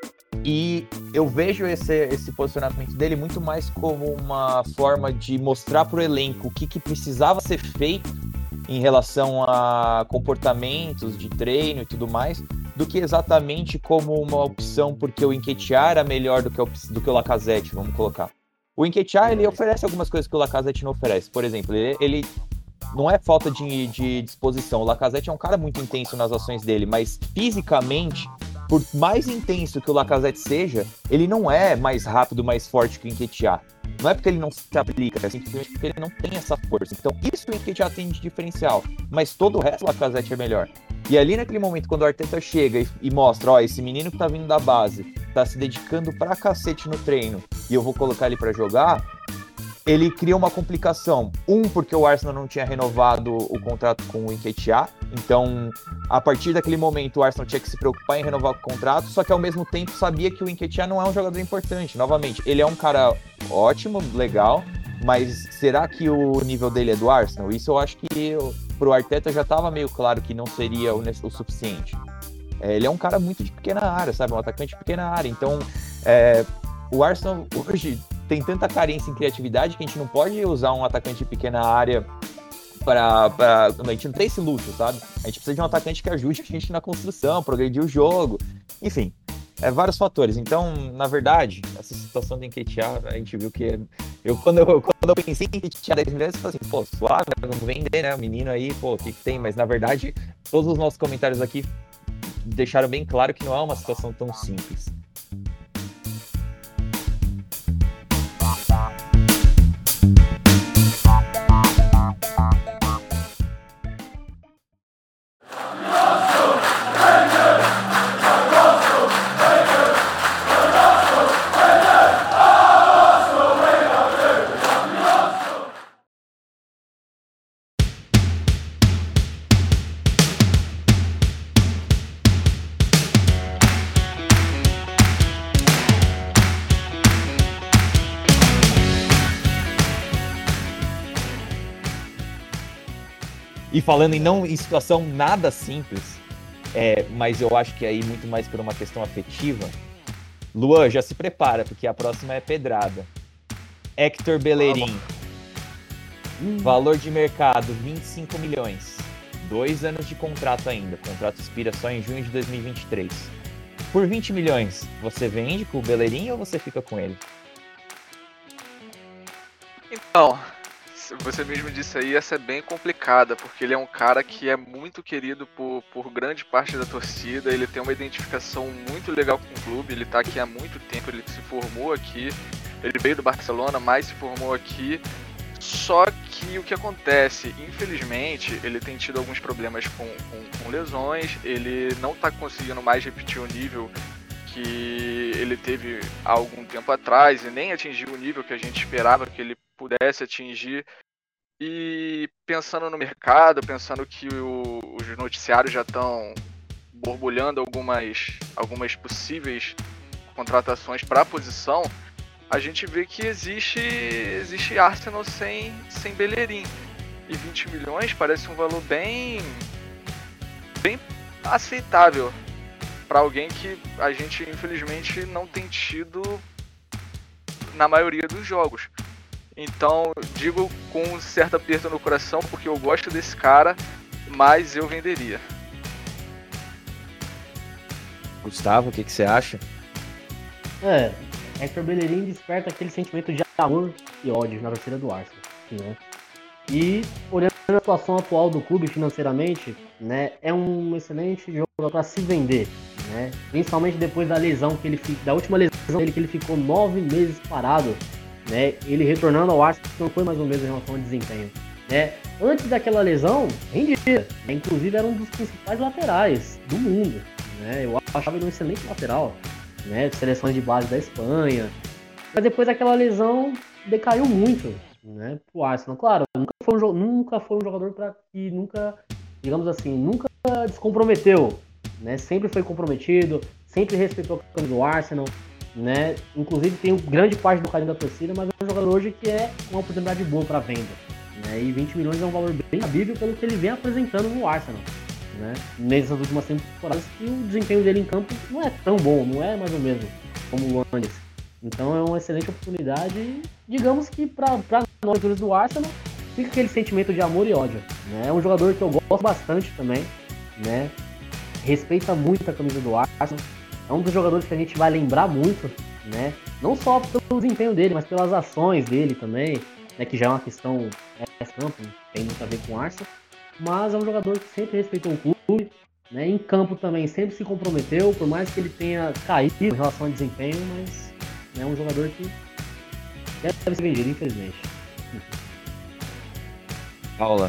e eu vejo esse, esse posicionamento dele muito mais como uma forma de mostrar para o elenco o que, que precisava ser feito em relação a comportamentos de treino e tudo mais, do que exatamente como uma opção porque o Nketiah era melhor do que o, do que o Lacazette, vamos colocar. O Nketiah, ele oferece algumas coisas que o Lacazette não oferece. Por exemplo, ele, ele não é falta de, de disposição. O Lacazette é um cara muito intenso nas ações dele, mas fisicamente, por mais intenso que o Lacazette seja, ele não é mais rápido, mais forte que o Nketiah. Não é porque ele não se aplica, é simplesmente porque ele não tem essa força. Então, isso o Nketiah tem de diferencial, mas todo o resto o Lacazette é melhor. E ali naquele momento, quando o Arteta chega e, e mostra, ó, esse menino que tá vindo da base, tá se dedicando pra cacete no treino, e eu vou colocar ele pra jogar, ele cria uma complicação. Um, porque o Arsenal não tinha renovado o contrato com o Nketiah, então, a partir daquele momento, o Arsenal tinha que se preocupar em renovar o contrato, só que ao mesmo tempo sabia que o Nketiah não é um jogador importante. Novamente, ele é um cara ótimo, legal, mas será que o nível dele é do Arsenal? Isso eu acho que pro Arteta já estava meio claro que não seria o, o suficiente. É, ele é um cara muito de pequena área, sabe? Um atacante de pequena área. Então, é, o Arsenal hoje tem tanta carência em criatividade que a gente não pode usar um atacante de pequena área para... para... A gente não tem esse luxo, sabe? A gente precisa de um atacante que ajude a gente na construção, progredir o jogo. Enfim, é, vários fatores. Então, na verdade, essa situação do Nketiah, a gente viu que... Eu, quando, eu, quando eu pensei em Nketiah dez milhões, eu falei assim, pô, suave, vamos vender, né? O menino aí, pô, o que, que tem? Mas, na verdade, todos os nossos comentários aqui deixaram bem claro que não é uma situação tão simples. E falando em não em situação nada simples, é, mas eu acho que aí muito mais por uma questão afetiva. Luan, já se prepara, porque a próxima é pedrada. Hector Bellerin. Hum. Valor de mercado, vinte e cinco milhões. Dois anos de contrato ainda. O contrato expira só em junho de dois mil e vinte e três. Por vinte milhões, você vende com o Bellerin ou você fica com ele? Então... Você mesmo disse aí, essa é bem complicada, porque ele é um cara que é muito querido por, por grande parte da torcida, ele tem uma identificação muito legal com o clube, ele tá aqui há muito tempo, ele se formou aqui, ele veio do Barcelona, mas se formou aqui, só que o que acontece, infelizmente, ele tem tido alguns problemas com, com, com lesões, ele não tá conseguindo mais repetir o nível que ele teve há algum tempo atrás, e nem atingiu o nível que a gente esperava que ele pudesse atingir. E pensando no mercado, pensando que o, os noticiários já estão borbulhando algumas, algumas possíveis contratações para a posição, a gente vê que existe, existe Arsenal sem, sem Bellerin. E vinte milhões parece um valor bem, bem aceitável para alguém que a gente infelizmente não tem tido na maioria dos jogos. Então, digo com um certo aperto no coração, porque eu gosto desse cara, mas eu venderia. Gustavo, o que, que você acha? É, Hector Bellerin desperta aquele sentimento de amor e ódio na torcida do Arsenal, né? E olhando a situação atual do clube financeiramente, né, é um excelente jogador para se vender, né? Principalmente depois da lesão que ele da última lesão dele que ele ficou nove meses parado, né? Ele retornando ao Arsenal não foi mais ou menos em relação ao desempenho, né? Antes daquela lesão, rendia, né? Inclusive era um dos principais laterais do mundo, né? Eu achava ele um excelente lateral, né? Seleções de base da Espanha, mas depois daquela lesão decaiu muito, né, pro Arsenal. Claro, nunca foi um, nunca foi um jogador para que nunca, digamos assim, nunca descomprometeu, né? Sempre foi comprometido, sempre respeitou a camisa do Arsenal, né? Inclusive tem grande parte do carinho da torcida, mas é um jogador hoje que é uma oportunidade boa para venda, né? E vinte milhões é um valor bem cabível pelo que ele vem apresentando no Arsenal, né? Nessas últimas temporadas que o desempenho dele em campo não é tão bom, não é mais ou menos como o Luan disse. Então é uma excelente oportunidade, digamos que para nós jogadores do Arsenal fica aquele sentimento de amor e ódio, né? É um jogador que eu gosto bastante também, né? Respeita muito a camisa do Arsenal, é um dos jogadores que a gente vai lembrar muito, né? Não só pelo desempenho dele, mas pelas ações dele também, né? Que já é uma questão extra-campo, tem muito a ver com o Arsenal, mas é um jogador que sempre respeitou o clube, né? Em campo também sempre se comprometeu, por mais que ele tenha caído em relação ao desempenho, mas é um jogador que deve ser vendido, infelizmente. Paula,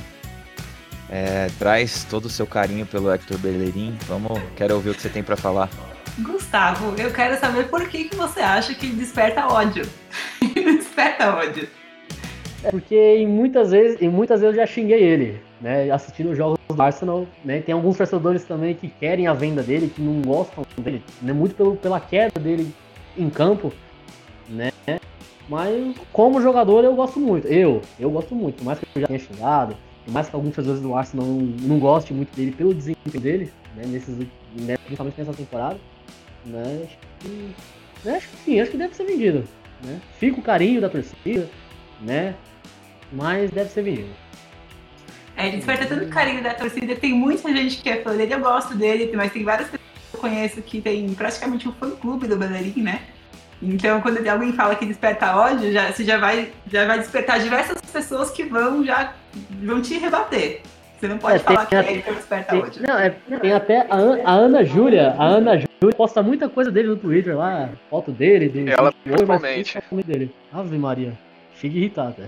é, traz todo o seu carinho pelo Hector Bellerin. Vamos, quero ouvir o que você tem para falar. Gustavo, eu quero saber por que, que você acha que ele desperta ódio. Desperta ódio. É porque em muitas vezes, em muitas vezes eu já xinguei ele, né? Assistindo os jogos do Arsenal, né? Tem alguns torcedores também que querem a venda dele, que não gostam dele, né? Muito pelo, pela queda dele em campo, né? Mas como jogador eu gosto muito. Eu, eu gosto muito, por mais que eu já tenha xingado, por mais que alguns torcedores do Arsenal não, não gostem muito dele pelo desempenho dele, né? Nesses, né? Principalmente nessa temporada, né? Acho que, né? Acho que sim, acho que deve ser vendido, né? Fica o carinho da torcida, né? Mas deve ser vendido. É, ele desperta tanto carinho da torcida. Tem muita gente que é fã dele, eu gosto dele, mas tem várias pessoas que eu conheço que tem praticamente um fã-clube do Bellerin, né? Então, quando alguém fala que desperta ódio, já, você já vai, já vai despertar diversas pessoas que vão, já, vão te rebater. Você não pode é, falar que é ele que desperta tem, ódio. Não, é, tem até a, a Ana Júlia, a Ana Júlia posta muita coisa dele no Twitter lá, foto dele, do ela do principalmente. Dele. Ave Maria, chega irritada.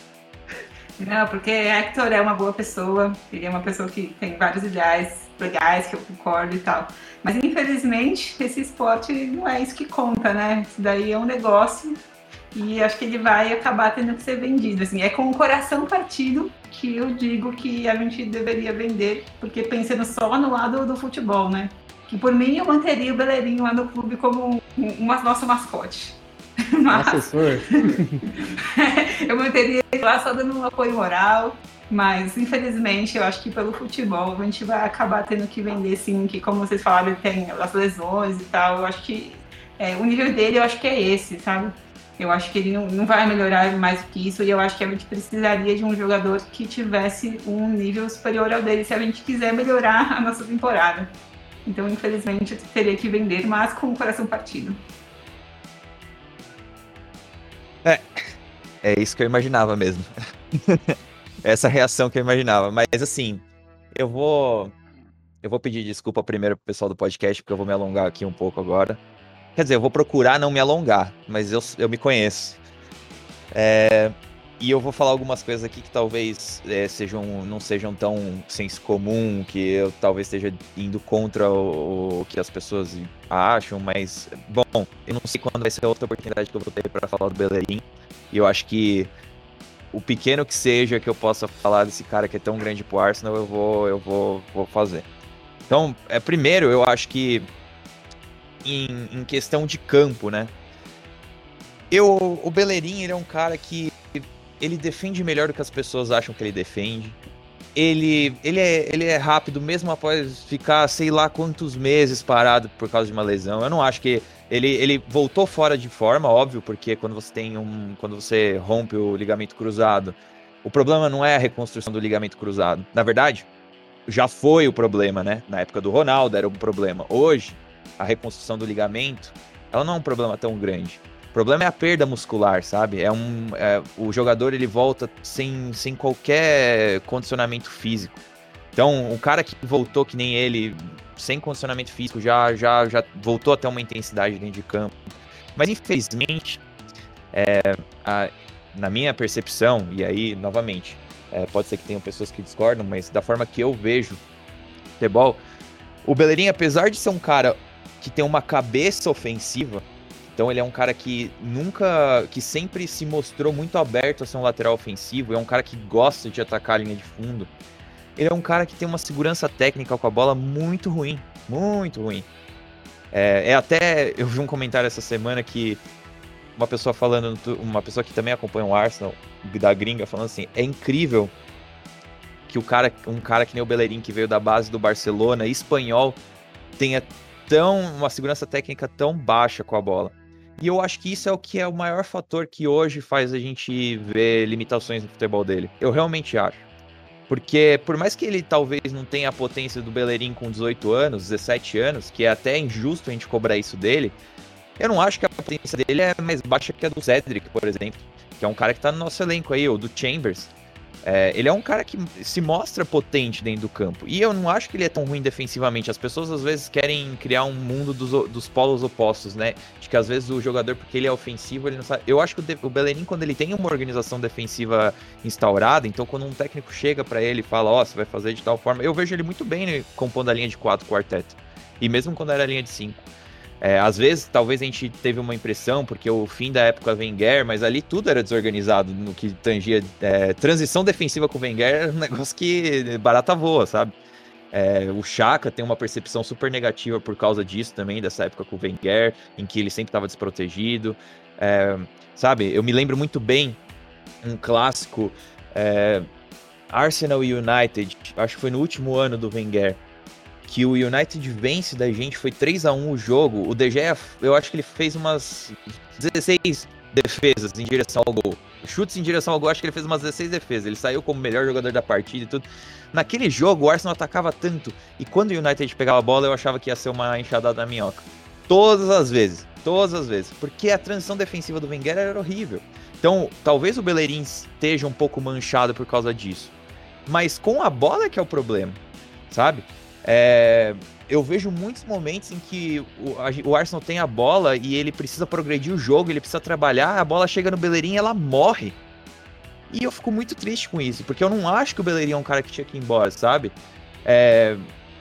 Não, porque Hector é uma boa pessoa, ele é uma pessoa que tem vários ideais legais, que eu concordo e tal. Mas, infelizmente, esse esporte não é isso que conta, né? Isso daí é um negócio e acho que ele vai acabar tendo que ser vendido. Assim, é com o coração partido que eu digo que a gente deveria vender, porque pensando só no lado do futebol, né? Que, por mim, eu manteria o Bellerin lá no clube como um, um nosso mascote. Mas... Assessor. eu manteria ele lá só dando um apoio moral, mas infelizmente eu acho que pelo futebol a gente vai acabar tendo que vender sim, que como vocês falaram, ele tem as lesões e tal, eu acho que é, o nível dele eu acho que é esse, sabe? Eu acho que ele não, não vai melhorar mais do que isso e eu acho que a gente precisaria de um jogador que tivesse um nível superior ao dele se a gente quiser melhorar a nossa temporada. Então infelizmente eu teria que vender, mas com o coração partido. É, é isso que eu imaginava mesmo. Essa reação que eu imaginava. Mas assim, eu vou eu vou pedir desculpa primeiro pro pessoal do podcast, porque eu vou me alongar aqui um pouco agora. Quer dizer, eu vou procurar não me alongar, mas eu, eu me conheço. É, e eu vou falar algumas coisas aqui que talvez é, sejam, não sejam tão senso comum, que eu talvez esteja indo contra o, o que as pessoas acham, mas, bom, eu não sei quando vai ser a outra oportunidade que eu vou ter para falar do Bellerin, e eu acho que o pequeno que seja que eu possa falar desse cara que é tão grande pro Arsenal, eu vou, eu vou, vou fazer. Então, é, primeiro, eu acho que em, em questão de campo, né, eu, o Bellerin, ele é um cara que ele defende melhor do que as pessoas acham que ele defende. Ele, ele, é, ele é rápido mesmo após ficar sei lá quantos meses parado por causa de uma lesão. Eu não acho que... Ele, ele voltou fora de forma, óbvio, porque quando você tem um... Quando você rompe o ligamento cruzado, o problema não é a reconstrução do ligamento cruzado. Na verdade, já foi o problema, né? Na época do Ronaldo era um problema. Hoje, a reconstrução do ligamento, ela não é um problema tão grande. problema é a perda muscular, sabe? É um, é, o jogador ele volta sem, sem qualquer condicionamento físico. Então, o cara que voltou que nem ele, sem condicionamento físico, já, já, já voltou até uma intensidade dentro de campo. Mas, infelizmente, é, a, na minha percepção, e aí, novamente, é, pode ser que tenham pessoas que discordam, mas da forma que eu vejo futebol, o Bellerin, apesar de ser um cara que tem uma cabeça ofensiva, então ele é um cara que nunca, que sempre se mostrou muito aberto a ser um lateral ofensivo, é um cara que gosta de atacar a linha de fundo. Ele é um cara que tem uma segurança técnica com a bola muito ruim, muito ruim. É, é até, eu vi um comentário essa semana que uma pessoa falando, uma pessoa que também acompanha o Arsenal, da gringa, falando assim, é incrível que o cara, um cara que nem o Bellerin, que veio da base do Barcelona, espanhol, tenha tão, uma segurança técnica tão baixa com a bola. E eu acho que isso é o que é o maior fator que hoje faz a gente ver limitações no futebol dele. Eu realmente acho. Porque por mais que ele talvez não tenha a potência do Bellerin com dezoito anos, dezessete anos, que é até injusto a gente cobrar isso dele, eu não acho que a potência dele é mais baixa que a do Cedric, por exemplo, que é um cara que tá no nosso elenco aí, ou do Chambers. É, ele é um cara que se mostra potente dentro do campo. E eu não acho que ele é tão ruim defensivamente. As pessoas às vezes querem criar um mundo dos, dos polos opostos, né? De que às vezes o jogador, porque ele é ofensivo, ele não sabe. Eu acho que o, de, o Bellerin, quando ele tem uma organização defensiva instaurada, então quando um técnico chega pra ele e fala, ó, oh, você vai fazer de tal forma, eu vejo ele muito bem, né, compondo a linha de quatro com o Arteta. E mesmo quando era a linha de cinco. É, às vezes, talvez a gente teve uma impressão, porque o fim da época Wenger, mas ali tudo era desorganizado no que tangia. É, transição defensiva com o Wenger era um negócio que barata voa, sabe? É, o Xhaka tem uma percepção super negativa por causa disso também, dessa época com o Wenger, em que ele sempre estava desprotegido. É, sabe, eu me lembro muito bem um clássico, é, Arsenal e United, acho que foi no último ano do Wenger, que o United vence da gente, foi três a um o jogo, o De Gea, eu acho que ele fez umas dezesseis defesas em direção ao gol, chutes em direção ao gol, acho que ele fez umas dezesseis defesas, ele saiu como melhor jogador da partida e tudo. Naquele jogo o Arsenal atacava tanto, e quando o United pegava a bola eu achava que ia ser uma enxadada na minhoca, todas as vezes, todas as vezes, porque a transição defensiva do Wenger era horrível. Então talvez o Bellerin esteja um pouco manchado por causa disso, mas com a bola é que é o problema, sabe? É, eu vejo muitos momentos em que o, a, o Arsenal tem a bola e ele precisa progredir o jogo, ele precisa trabalhar, a bola chega no Bellerin e ela morre. E eu fico muito triste com isso, porque eu não acho que o Bellerin é um cara que tinha que ir embora, sabe? É,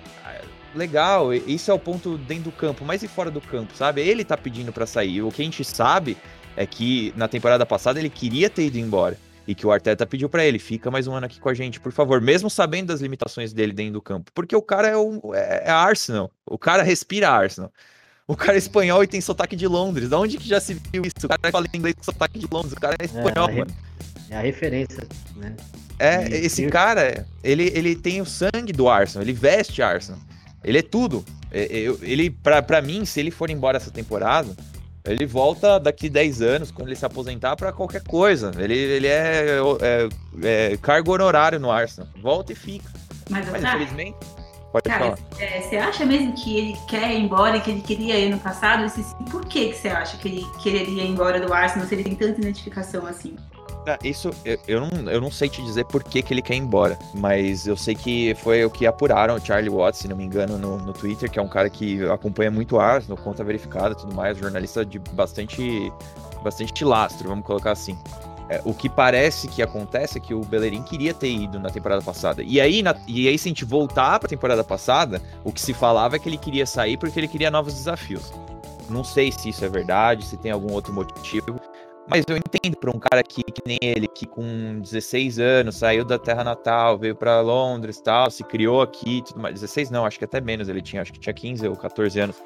legal, isso é o ponto dentro do campo, mas e fora do campo, sabe? Ele tá pedindo pra sair. O que a gente sabe é que na temporada passada ele queria ter ido embora. E que o Arteta pediu pra ele, fica mais um ano aqui com a gente, por favor, mesmo sabendo das limitações dele dentro do campo, porque o cara é, o, é, é Arsenal, o cara respira Arsenal, o cara é espanhol e tem sotaque de Londres, da onde que já se viu isso? O cara fala inglês com sotaque de Londres, o cara é espanhol, é, mano. É a referência, né? É, e, esse e... cara, ele, ele tem o sangue do Arsenal, ele veste Arsenal, ele é tudo, ele, pra, pra mim, se ele for embora essa temporada, ele volta daqui dez anos, quando ele se aposentar, pra qualquer coisa. Ele, ele é, é, é cargo honorário no Arsenal. Volta e fica. Mas, Mas cara, infelizmente, pode cara, falar. É, você acha mesmo que ele quer ir embora, que ele queria ir no passado? E se, por que, que você acha que ele quereria ir embora do Arsenal se ele tem tanta identificação assim? Isso, eu, eu, não, eu não sei te dizer por que, que ele quer ir embora, mas eu sei que foi o que apuraram o Charlie Watts, se não me engano, no, no Twitter, que é um cara que acompanha muito o Arsenal, conta verificada e tudo mais, jornalista de bastante, bastante lastro, vamos colocar assim. É, o que parece que acontece é que o Bellerin queria ter ido na temporada passada. E aí, na, e aí, se a gente voltar pra temporada passada, o que se falava é que ele queria sair porque ele queria novos desafios. Não sei se isso é verdade, se tem algum outro motivo. Mas eu entendo para um cara que, que nem ele, que com dezesseis anos saiu da terra natal, veio para Londres e tal, se criou aqui, tudo mais. dezesseis não, acho que até menos ele tinha, acho que tinha quinze ou catorze anos.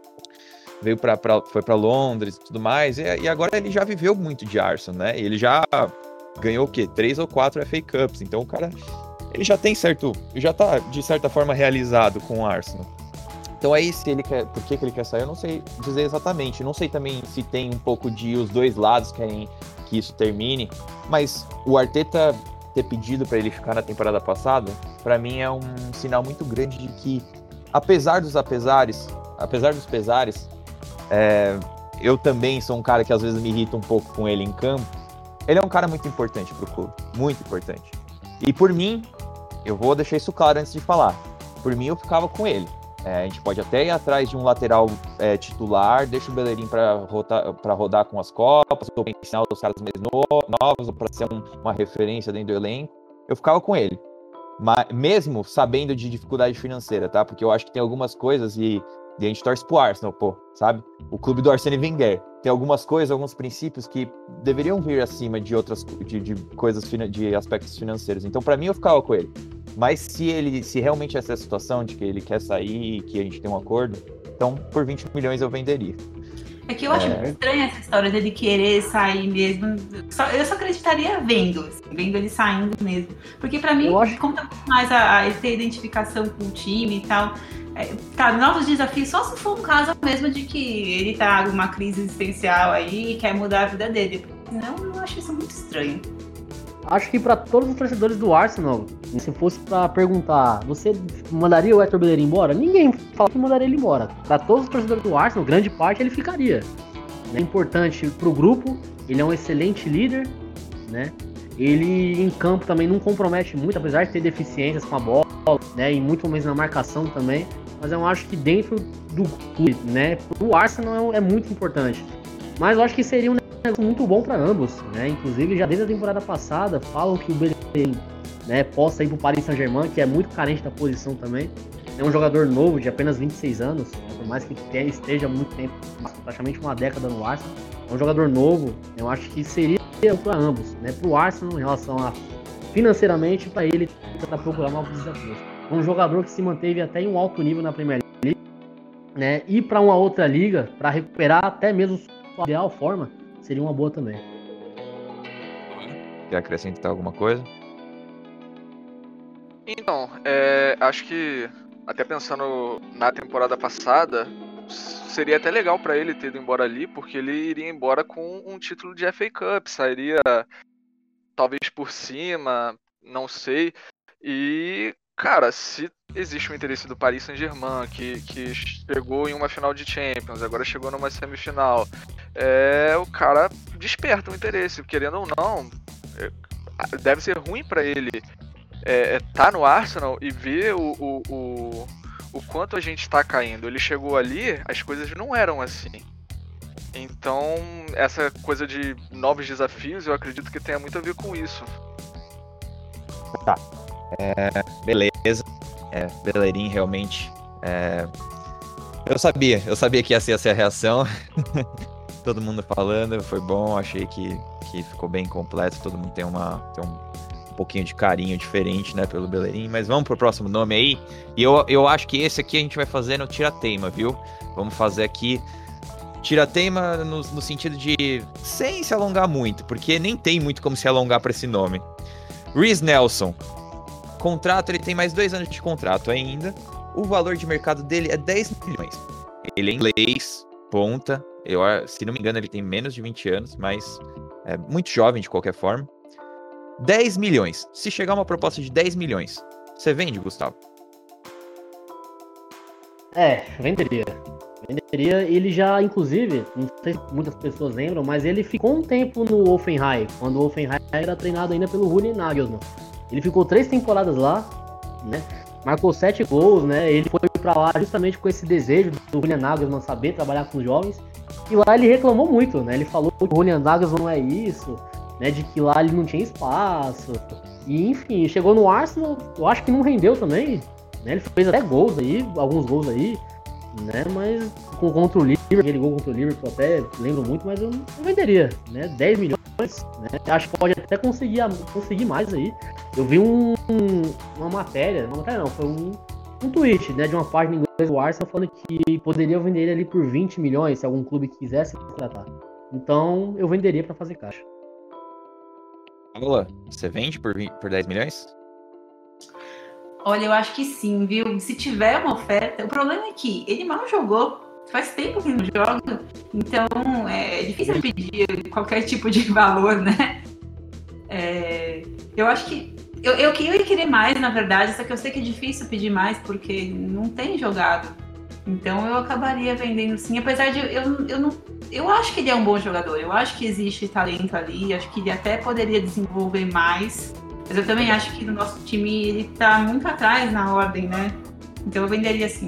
Veio para foi para Londres e tudo mais, e, e agora ele já viveu muito de Arsenal, né? Ele já ganhou o quê? Três ou quatro F A Cups, então o cara, ele já tem certo, já tá de certa forma realizado com o Arsenal. Então aí, se ele quer, por que, que ele quer sair, eu não sei dizer exatamente. Não sei também se tem um pouco de os dois lados querem que isso termine. Mas o Arteta ter pedido para ele ficar na temporada passada, para mim é um sinal muito grande de que, apesar dos apesares, apesar dos pesares, é, eu também sou um cara que às vezes me irrita um pouco com ele em campo, ele é um cara muito importante pro clube, muito importante. E por mim, eu vou deixar isso claro antes de falar, por mim eu ficava com ele. É, a gente pode até ir atrás de um lateral é, titular, deixa o Bellerin para rodar com as Copas, ou para ensinar os caras mais no, novos, ou para ser um, uma referência dentro do elenco. Eu ficava com ele. Mas, mesmo sabendo de dificuldade financeira, tá? Porque eu acho que tem algumas coisas e, e a gente torce pro Arsenal, pô, sabe? O clube do Arsene Wenger. Tem algumas coisas, alguns princípios que deveriam vir acima de outras de, de coisas, de aspectos financeiros. Então, para mim, eu ficava com ele. Mas se ele, se realmente essa é a situação de que ele quer sair, que a gente tem um acordo, então por vinte milhões eu venderia. É que eu acho é... estranha essa história dele querer sair mesmo. Só, eu só acreditaria vendo, assim, vendo ele saindo mesmo. Porque pra mim, acho... conta muito mais a, a ele ter identificação com o time e tal. É, tá, novos desafios, só se for um caso mesmo de que ele tá numa crise existencial aí e quer mudar a vida dele. Senão, eu acho isso muito estranho. Acho que para todos os torcedores do Arsenal, se fosse para perguntar, você mandaria o Héctor Bellerin embora? Ninguém fala que mandaria ele embora. Para todos os torcedores do Arsenal, grande parte ele ficaria. É importante para o grupo, ele é um excelente líder, né? Ele em campo também não compromete muito, apesar de ter deficiências com a bola, né? E muito menos na marcação também. Mas eu acho que dentro do clube, né? O Arsenal é muito importante. Mas eu acho que seria um muito bom para ambos, né? Inclusive, já desde a temporada passada, falam que o Bellerin, né, possa ir para o Paris Saint-Germain, que é muito carente da posição também. É um jogador novo, de apenas vinte e seis anos, por mais que esteja há muito tempo, praticamente uma década no Arsenal. É um jogador novo, eu acho que seria para ambos, né? Para o Arsenal, em relação a financeiramente, para ele tentar procurar novos desafios. Um jogador que se manteve até em um alto nível na Premier League, né? Ir para uma outra liga, para recuperar até mesmo sua ideal forma, seria uma boa também. Quer acrescentar alguma coisa? Então, é, acho que, até pensando na temporada passada, seria até legal para ele ter ido embora ali, porque ele iria embora com um título de F A Cup, sairia talvez por cima, não sei. E, cara, se existe um interesse do Paris Saint-Germain, que, que chegou em uma final de Champions, agora chegou numa semifinal, é, o cara desperta o interesse, querendo ou não, é, deve ser ruim para ele é, é, tá no Arsenal e ver o, o, o, o quanto a gente tá caindo. Ele chegou ali, as coisas não eram assim. Então, essa coisa de novos desafios, eu acredito que tenha muito a ver com isso. Tá, é, beleza. É, Bellerin realmente. É... Eu sabia, eu sabia que ia ser essa a reação. Todo mundo falando, foi bom, achei que, que ficou bem completo. Todo mundo tem, uma, tem um, um pouquinho de carinho diferente, né, pelo Bellerin. Mas vamos pro próximo nome aí. E eu, eu acho que esse aqui a gente vai fazer no tira-teima, viu? Vamos fazer aqui tira-teima no, no sentido de sem se alongar muito, porque nem tem muito como se alongar para esse nome. Reiss Nelson. Contrato, ele tem mais dois anos de contrato ainda. O valor de mercado dele é dez milhões. Ele é inglês, ponta. Eu, se não me engano, ele tem menos de vinte anos, mas é muito jovem de qualquer forma. dez milhões. Se chegar uma proposta de dez milhões, você vende, Gustavo? É, venderia. Venderia. Ele já, inclusive, não sei se muitas pessoas lembram, mas ele ficou um tempo no Hoffenheim, quando o Hoffenheim era treinado ainda pelo Julian Nagelsmann. Ele ficou três temporadas lá, né? Marcou sete gols, né? Ele foi pra lá justamente com esse desejo do Julian Nagelsmann saber trabalhar com os jovens. E lá ele reclamou muito, né? Ele falou que o Julian Nagelsmann não é isso, né? De que lá ele não tinha espaço. E enfim, chegou no Arsenal, eu acho que não rendeu também, né? Ele fez até gols aí, alguns gols aí, né? Mas contra o Liverpool, aquele gol contra o Liverpool, eu até lembro muito, mas eu não venderia, né? dez milhões, né? Acho que pode até conseguir, conseguir mais aí. Eu vi um, uma matéria, uma matéria não, foi um, um tweet, né, de uma página inglesa do Arsenal falando que poderia vender ele ali por vinte milhões se algum clube quisesse contratar. Então eu venderia para fazer caixa. Paula, você vende por, por dez milhões? Olha, eu acho que sim, viu? Se tiver uma oferta, o problema é que ele mal jogou. Faz tempo que não joga, então é difícil pedir qualquer tipo de valor, né? É, eu acho que eu, eu, eu ia querer mais, na verdade, só que eu sei que é difícil pedir mais porque não tem jogado. Então eu acabaria vendendo sim, apesar de eu, eu não. Eu acho que ele é um bom jogador, eu acho que existe talento ali, acho que ele até poderia desenvolver mais. Mas eu também acho que no nosso time ele tá muito atrás na ordem, né? Então eu venderia sim.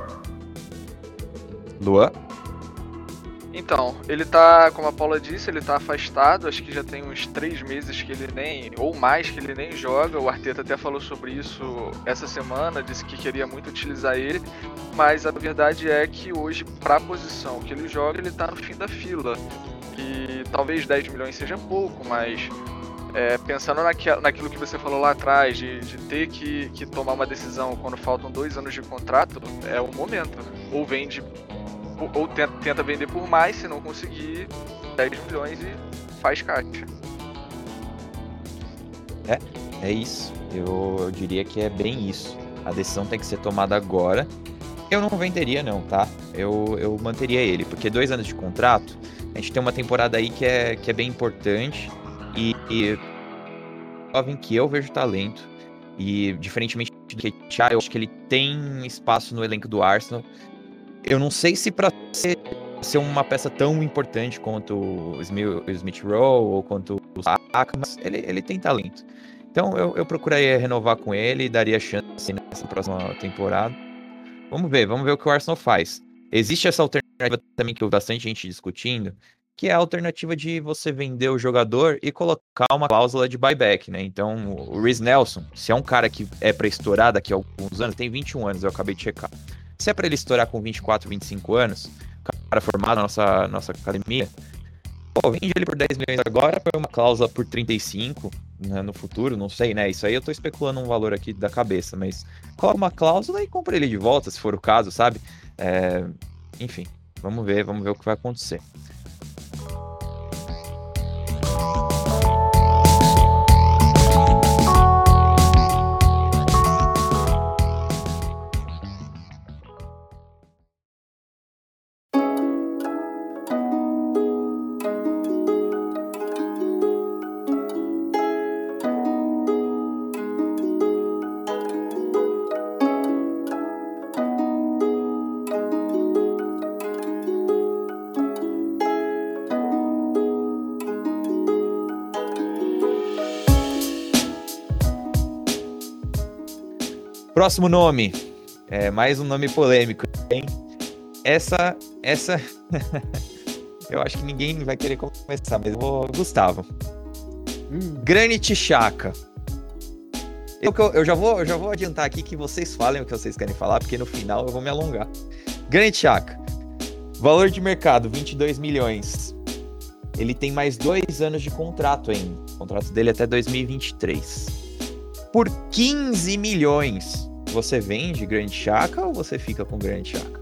Luan? Então, ele tá, como a Paula disse, ele tá afastado, acho que já tem uns três meses que ele nem, ou mais, que ele nem joga. O Arteta até falou sobre isso essa semana, disse que queria muito utilizar ele, mas a verdade é que hoje, pra posição que ele joga, ele tá no fim da fila. E talvez dez milhões seja pouco, mas é, pensando naque, naquilo que você falou lá atrás, de, de ter que, que tomar uma decisão quando faltam dois anos de contrato, é o momento. Ou vende... ou tenta, tenta vender por mais, se não conseguir, dez milhões e faz caixa. É, é isso. Eu, eu diria que é bem isso. A decisão tem que ser tomada agora. Eu não venderia não, tá? Eu, eu manteria ele, porque dois anos de contrato, a gente tem uma temporada aí que é, que é bem importante e, e jovem que eu vejo talento e, diferentemente do Ketia, eu acho que ele tem espaço no elenco do Arsenal. Eu não sei se para ser, ser uma peça tão importante quanto o Smith Rowe ou quanto o Saka, mas ele, ele tem talento. Então eu, eu procuraria renovar com ele e daria chance nessa próxima temporada. Vamos ver, vamos ver o que o Arsenal faz. Existe essa alternativa também que eu vi bastante gente discutindo, que é a alternativa de você vender o jogador e colocar uma cláusula de buyback, né? Então o Reece Nelson, se é um cara que é para estourar daqui a alguns anos, tem vinte e um anos, eu acabei de checar. Se é pra ele estourar com vinte e quatro, vinte e cinco anos, cara formado na nossa, nossa academia, pô, vende ele por dez milhões agora, põe uma cláusula por trinta e cinco, né, no futuro, não sei, né? Isso aí eu tô especulando um valor aqui da cabeça, mas coloca uma cláusula e compra ele de volta, se for o caso, sabe? É, enfim, vamos ver, vamos ver o que vai acontecer. Próximo nome, é mais um nome polêmico, hein? Essa, essa, eu acho que ninguém vai querer começar, mas eu vou, Gustavo. Hum. Granit Xhaka. Eu, eu, já vou, eu já vou adiantar aqui que vocês falem o que vocês querem falar, porque no final eu vou me alongar. Granit Xhaka, valor de mercado, vinte e dois milhões. Ele tem mais dois anos de contrato ainda. O contrato dele é até dois mil e vinte e três. Por quinze milhões, você vende Granit Xhaka ou você fica com Granit Xhaka?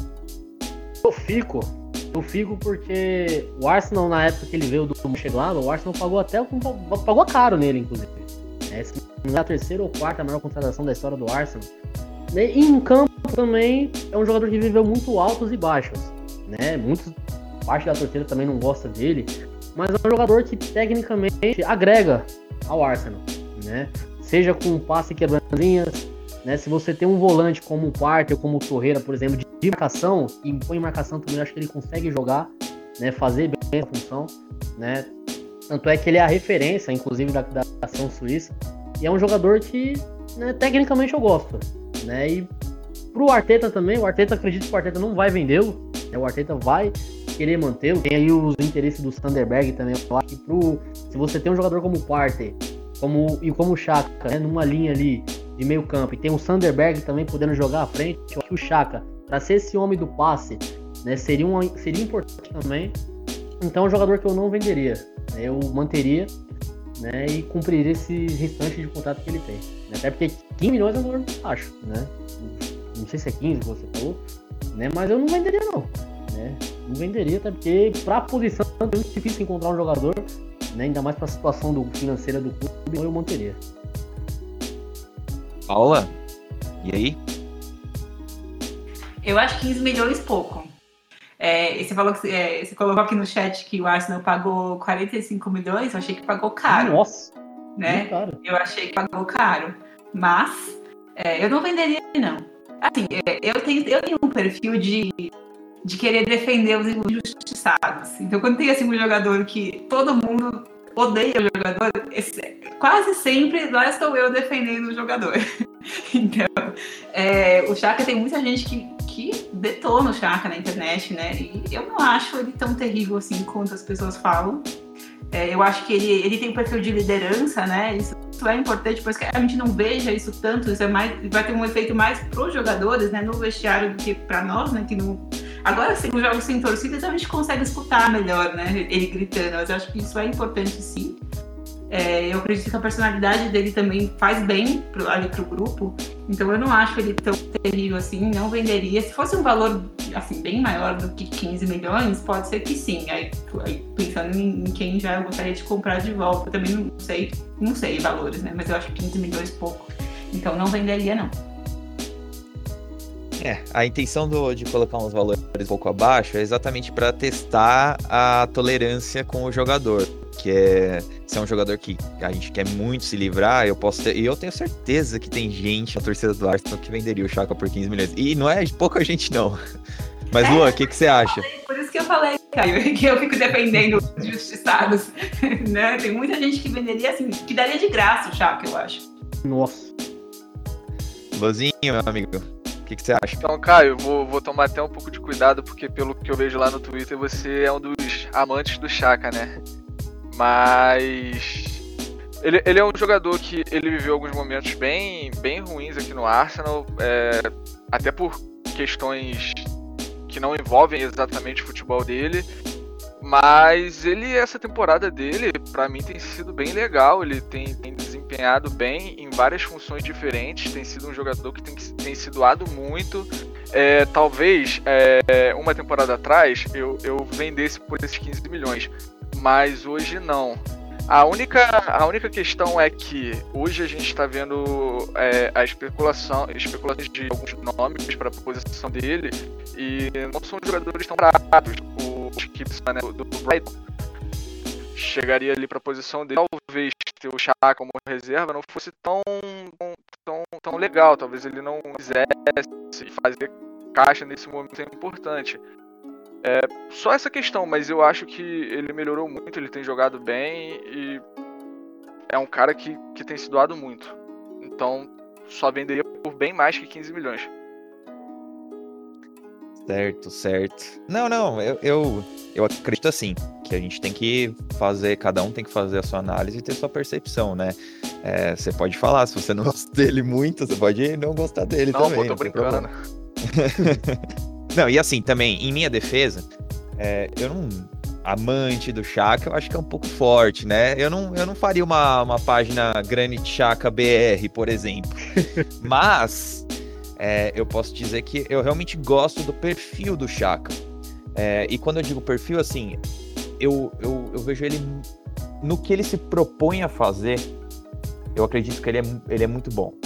Eu fico. Eu fico porque o Arsenal, na época que ele veio do Mönchengladbach, o Arsenal pagou até pagou caro nele, inclusive. Essa é a terceira ou quarta maior contratação da história do Arsenal. E em campo também é um jogador que viveu muito altos e baixos, né? Muitos, parte da torcida também não gosta dele, mas é um jogador que tecnicamente agrega ao Arsenal, né? Seja com um passe quebrando linhas, né? Se você tem um volante como o Partey ou como o Torreira, por exemplo, de marcação, e põe marcação também, eu acho que ele consegue jogar, né? Fazer bem a função, né? Tanto é que ele é a referência, inclusive, da, da ação suíça. E é um jogador que, né, tecnicamente eu gosto, né? E pro Arteta também, o Arteta, acredito que o Arteta não vai vendê-lo, né? O Arteta vai querer mantê-lo. Tem aí os interesses do Sanderberg também. Eu acho que pro, se você tem um jogador como o Partey, Como, e como o Xhaka, né, numa linha ali de meio campo, e tem o Sanderberg também podendo jogar à frente, eu acho que o Xhaka, para ser esse homem do passe, né, seria, uma, seria importante também. Então é um jogador que eu não venderia, né, eu manteria, né, e cumpriria esse restante de contrato que ele tem, né, até porque quinze milhões é um valor baixo, né, não sei se é quinze que você falou, né, mas eu não venderia não, né, não venderia, até porque para a posição é muito difícil encontrar um jogador, né, ainda mais para a situação do, financeira do clube, eu manteria. Paula, e aí? Eu acho quinze milhões pouco. É, você falou que é, você colocou aqui no chat que o Arsenal pagou quarenta e cinco milhões, eu achei que pagou caro. Nossa, né? Caro. Eu achei que pagou caro. Mas é, eu não venderia, não. Assim, eu tenho, eu tenho um perfil de, de querer defender os injustiçados. Então, quando tem assim, um jogador que todo mundo odeia o jogador, esse, quase sempre lá estou eu defendendo o jogador. Então, é, o Xhaka tem muita gente que, que detona o Xhaka na internet, né? E eu não acho ele tão terrível assim quanto as pessoas falam. É, eu acho que ele, ele tem um perfil de liderança, né? Isso, isso é importante, pois que a gente não veja isso tanto, isso é mais, vai ter um efeito mais para os jogadores, né? No vestiário do que para nós, né? Que não... Agora, sim, os jogos sem torcida, a gente consegue escutar melhor, né? Ele gritando, mas eu acho que isso é importante, sim. É, eu acredito que a personalidade dele também faz bem pro, ali pro grupo, então eu não acho ele tão terrível assim, não venderia. Se fosse um valor assim, bem maior do que quinze milhões, pode ser que sim. Aí, aí pensando em, em quem já eu gostaria de comprar de volta, eu também não sei, não sei valores, né? Mas eu acho que quinze milhões pouco, então não venderia não. É, a intenção do, de colocar uns valores um pouco abaixo é exatamente para testar a tolerância com o jogador. Que é, se é um jogador que a gente quer muito se livrar, eu posso ter, e eu tenho certeza que tem gente, a torcida do Arsenal, que venderia o Xhaka por quinze milhões. E não é pouca gente, não. Mas, é, Lua, o que, que você acha? Por isso que eu falei, Caio, que eu fico defendendo os justiçados. Né? Tem muita gente que venderia assim, que daria de graça o Xhaka, eu acho. Nossa. Luzinho, meu amigo, o que, que você acha? Então, Caio, vou, vou tomar até um pouco de cuidado, porque pelo que eu vejo lá no Twitter, você é um dos amantes do Xhaka, né? Mas ele, ele é um jogador que ele viveu alguns momentos bem, bem ruins aqui no Arsenal, é, até por questões que não envolvem exatamente o futebol dele, mas ele, essa temporada dele, pra mim, tem sido bem legal. Ele tem, tem desempenhado bem em várias funções diferentes, tem sido um jogador que tem, tem se doado muito. É, talvez é, uma temporada atrás eu, eu vendesse por esses quinze milhões, mas hoje não. A única, a única questão é que hoje a gente está vendo é, a especulação, especulações de alguns nomes para a posição dele, e não são jogadores tão baratos. O Gibson, né, do, do Brighton chegaria ali para a posição dele. Talvez ter o Xhaka como reserva não fosse tão, tão, tão legal. Talvez ele não quisesse fazer caixa nesse momento, é importante. É, só essa questão, mas eu acho que ele melhorou muito, ele tem jogado bem e é um cara que, que tem se doado muito. Então, só venderia por bem mais que quinze milhões. Certo, certo. Não, não, eu, eu, eu acredito assim, que a gente tem que fazer, cada um tem que fazer a sua análise e ter sua percepção, né? É, você pode falar, se você não gosta dele muito, você pode não gostar dele não, também. Pô, tô brincando. Não, e assim, também, em minha defesa, é, eu não... Amante do Xhaka, eu acho que é um pouco forte, né? Eu não, eu não faria uma, uma página Granit Xhaka B R, por exemplo. Mas, é, eu posso dizer que eu realmente gosto do perfil do Xhaka. É, e quando eu digo perfil, assim, eu, eu, eu vejo ele... No que ele se propõe a fazer, eu acredito que ele é, ele é muito bom.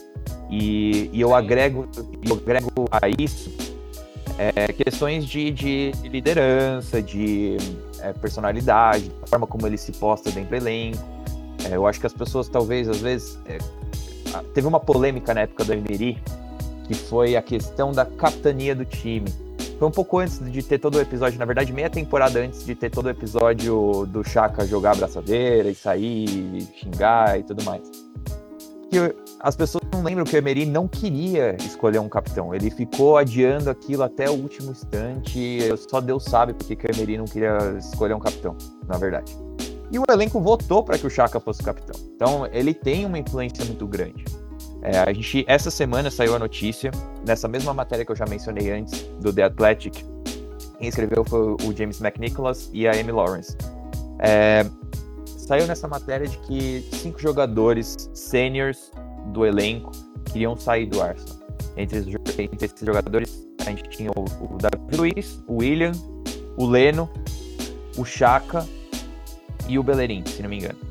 E, e eu, agrego, eu agrego a isso... É, questões de, de liderança, de é, personalidade, a forma como ele se posta dentro do elenco. É, eu acho que as pessoas talvez, às vezes... É, teve uma polêmica na época do Emery, que foi a questão da capitania do time. Foi um pouco antes de ter todo o episódio, na verdade, meia temporada antes de ter todo o episódio do Xhaka jogar a abraçadeira e sair, e xingar e tudo mais. Que as pessoas não lembram que o Emery não queria escolher um capitão. Ele ficou adiando aquilo até o último instante. Só Deus sabe porque que o Emery não queria escolher um capitão, na verdade. E o elenco votou para que o Xhaka fosse o capitão. Então, ele tem uma influência muito grande. É, a gente, essa semana saiu a notícia, nessa mesma matéria que eu já mencionei antes, do The Athletic. Quem escreveu foi o James McNicholas e a Amy Lawrence. É, saiu nessa matéria de que cinco jogadores seniors do elenco queriam sair do Arsenal. Entre, os, entre esses jogadores, a gente tinha o, o David Luiz, o Willian, o Leno, o Xhaka e o Bellerin, se não me engano.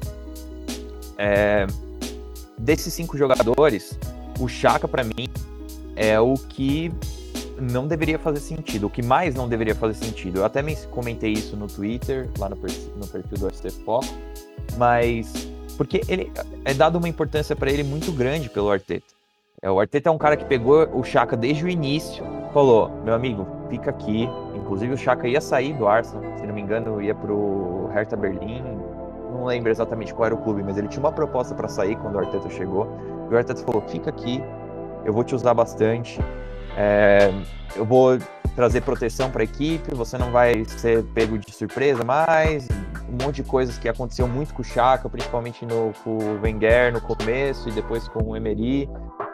É, desses cinco jogadores, o Xhaka, para mim, é o que não deveria fazer sentido, o que mais não deveria fazer sentido. Eu até comentei isso no Twitter, lá no perfil, no perfil do F C Foco, mas porque ele é dado uma importância para ele muito grande pelo Arteta. É, o Arteta é um cara que pegou o Xhaka desde o início, falou, meu amigo, fica aqui. Inclusive o Xhaka ia sair do Arsenal, se não me engano, ia pro Hertha Berlim. Não lembro exatamente qual era o clube, mas ele tinha uma proposta para sair quando o Arteta chegou. E o Arteta falou, fica aqui, eu vou te usar bastante, é, eu vou trazer proteção para a equipe, você não vai ser pego de surpresa mais, um monte de coisas que aconteceu muito com o Xhaka, principalmente no, com o Wenger no começo e depois com o Emery.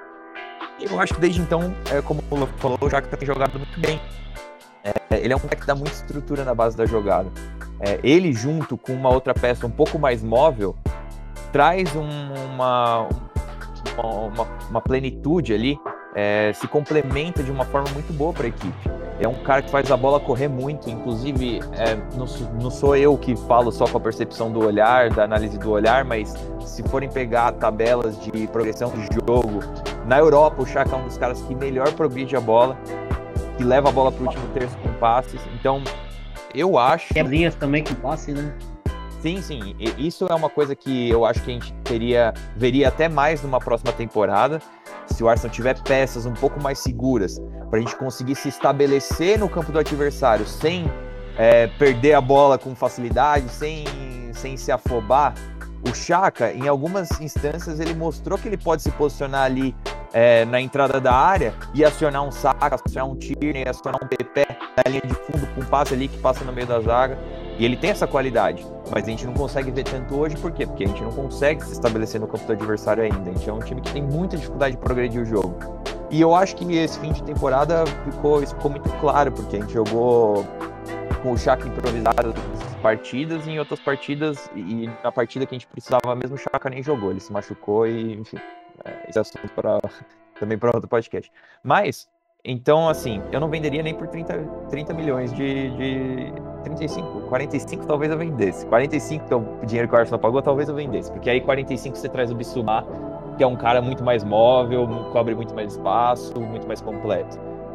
E eu acho que desde então, é, como o Lula falou, o Xhaka tem jogado muito bem. É, ele é um cara que dá muita estrutura na base da jogada. É, ele, junto com uma outra peça um pouco mais móvel, traz um, uma, uma, uma plenitude ali, é, se complementa de uma forma muito boa para a equipe. É um cara que faz a bola correr muito, inclusive é, não, não sou eu que falo só com a percepção do olhar, da análise do olhar, mas se forem pegar tabelas de progressão de jogo, na Europa o Xhaka é um dos caras que melhor progride a bola, que leva a bola para o último terço com passes, então eu acho... Quebrinhas também com passe, né? Sim, sim, isso é uma coisa que eu acho que a gente teria, veria até mais numa próxima temporada, se o Arsenal tiver peças um pouco mais seguras, para a gente conseguir se estabelecer no campo do adversário, sem é, perder a bola com facilidade, sem, sem se afobar. O Xhaka, em algumas instâncias, ele mostrou que ele pode se posicionar ali é, na entrada da área e acionar um Saka, acionar um Tierney, acionar um Pepe na linha de fundo, com um passe ali que passa no meio da zaga. E ele tem essa qualidade, mas a gente não consegue ver tanto hoje, por quê? Porque a gente não consegue se estabelecer no campo do adversário ainda. A gente é um time que tem muita dificuldade de progredir o jogo. E eu acho que esse fim de temporada ficou, isso ficou muito claro, porque a gente jogou com o Xhaka improvisado nas partidas, e em outras partidas, e na partida que a gente precisava mesmo, o Xhaka nem jogou, ele se machucou e, enfim, é, esse é assunto pra, também para outro podcast. Mas, então, assim, eu não venderia nem por trinta, trinta milhões de, de... trinta e cinco, quarenta e cinco talvez eu vendesse. quarenta e cinco, que é o dinheiro que o Arsenal pagou, talvez eu vendesse. Porque aí quarenta e cinco você traz o Bissouma, que é um cara muito mais móvel, cobre muito mais espaço, muito mais completo.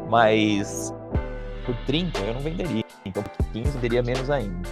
Mas por trinta eu não venderia. Então por quinze eu venderia menos ainda.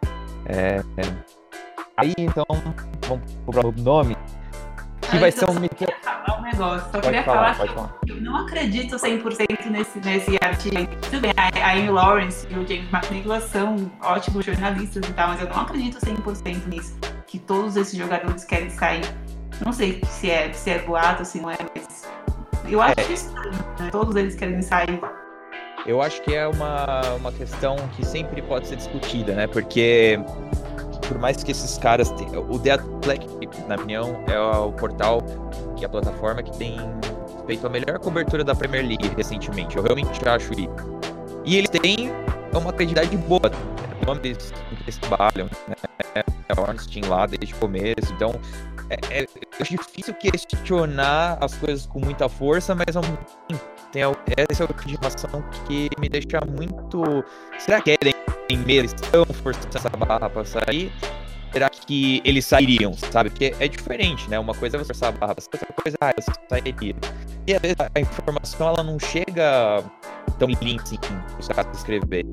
É, é. Aí então, vamos pro próximo nome. Que vai ser um... Eu queria falar um negócio, só Pode queria falar, falar, pode falar. que eu não acredito cem por cento nesse, nesse artigo. Tudo bem, a Amy Lawrence e o James McNicholas são ótimos jornalistas e tal, mas eu não acredito cem por cento nisso, que todos esses jogadores querem sair. Não sei se é, se é boato, se não é, mas eu acho É. que isso, né? Todos eles querem sair. Eu acho que é uma, uma questão que sempre pode ser discutida, né? Porque por mais que esses caras tenham... O The Athletic, na minha opinião, é o portal, que é a plataforma que tem feito a melhor cobertura da Premier League recentemente. Eu realmente acho isso. E eles têm uma credibilidade boa. O nome deles que eles trabalham, né? É o Ornstein lá desde o começo. Então, é, é, é difícil questionar as coisas com muita força, mas ao mesmo tempo, tem, essa é o tipo de informação que me deixa muito... Será que querem mesmo? Estão forçando essa barra pra sair? Será que eles sairiam, sabe? Porque é diferente, né? Uma coisa é você forçar a barra, outra coisa é, ah, eu sairia. E às vezes a informação, ela não chega tão limpa assim, os caras escrever.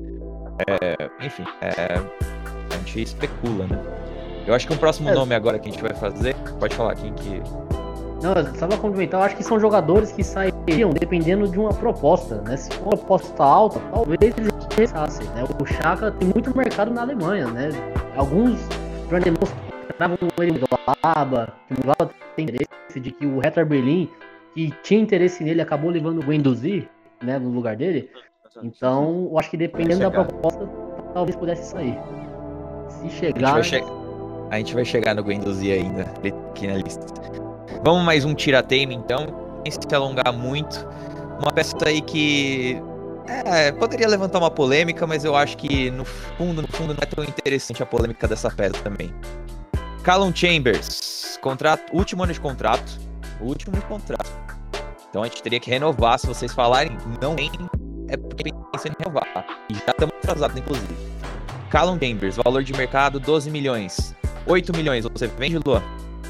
É, enfim, é, a gente especula, né? Eu acho que o próximo é. nome agora que a gente vai fazer, pode falar quem que... Não, só pra complementar, eu acho que são jogadores que sairiam dependendo de uma proposta, né? Se for uma proposta alta, talvez eles pensassem, né? O Xhaka tem muito mercado na Alemanha, né? Alguns jornalistas travam ele no Glaba, que o Glaba tem interesse de que o Hertha Berlim, que tinha interesse nele, acabou levando o Guendouzi, né, no lugar dele. Então, eu acho que dependendo da proposta, talvez pudesse sair. Se chegar... A gente vai, che... a gente vai chegar no Guendouzi ainda, aqui na lista. Vamos mais um tira-teima, então, sem se alongar muito. Uma peça aí que é, poderia levantar uma polêmica, mas eu acho que no fundo, no fundo, não é tão interessante a polêmica dessa peça também. Callum Chambers, contrato, último ano de contrato, último ano de contrato. Então a gente teria que renovar. Se vocês falarem não tem, é porque pensa em renovar. E já estamos atrasados, inclusive. Callum Chambers, valor de mercado doze milhões. oito milhões, você vende, Luan?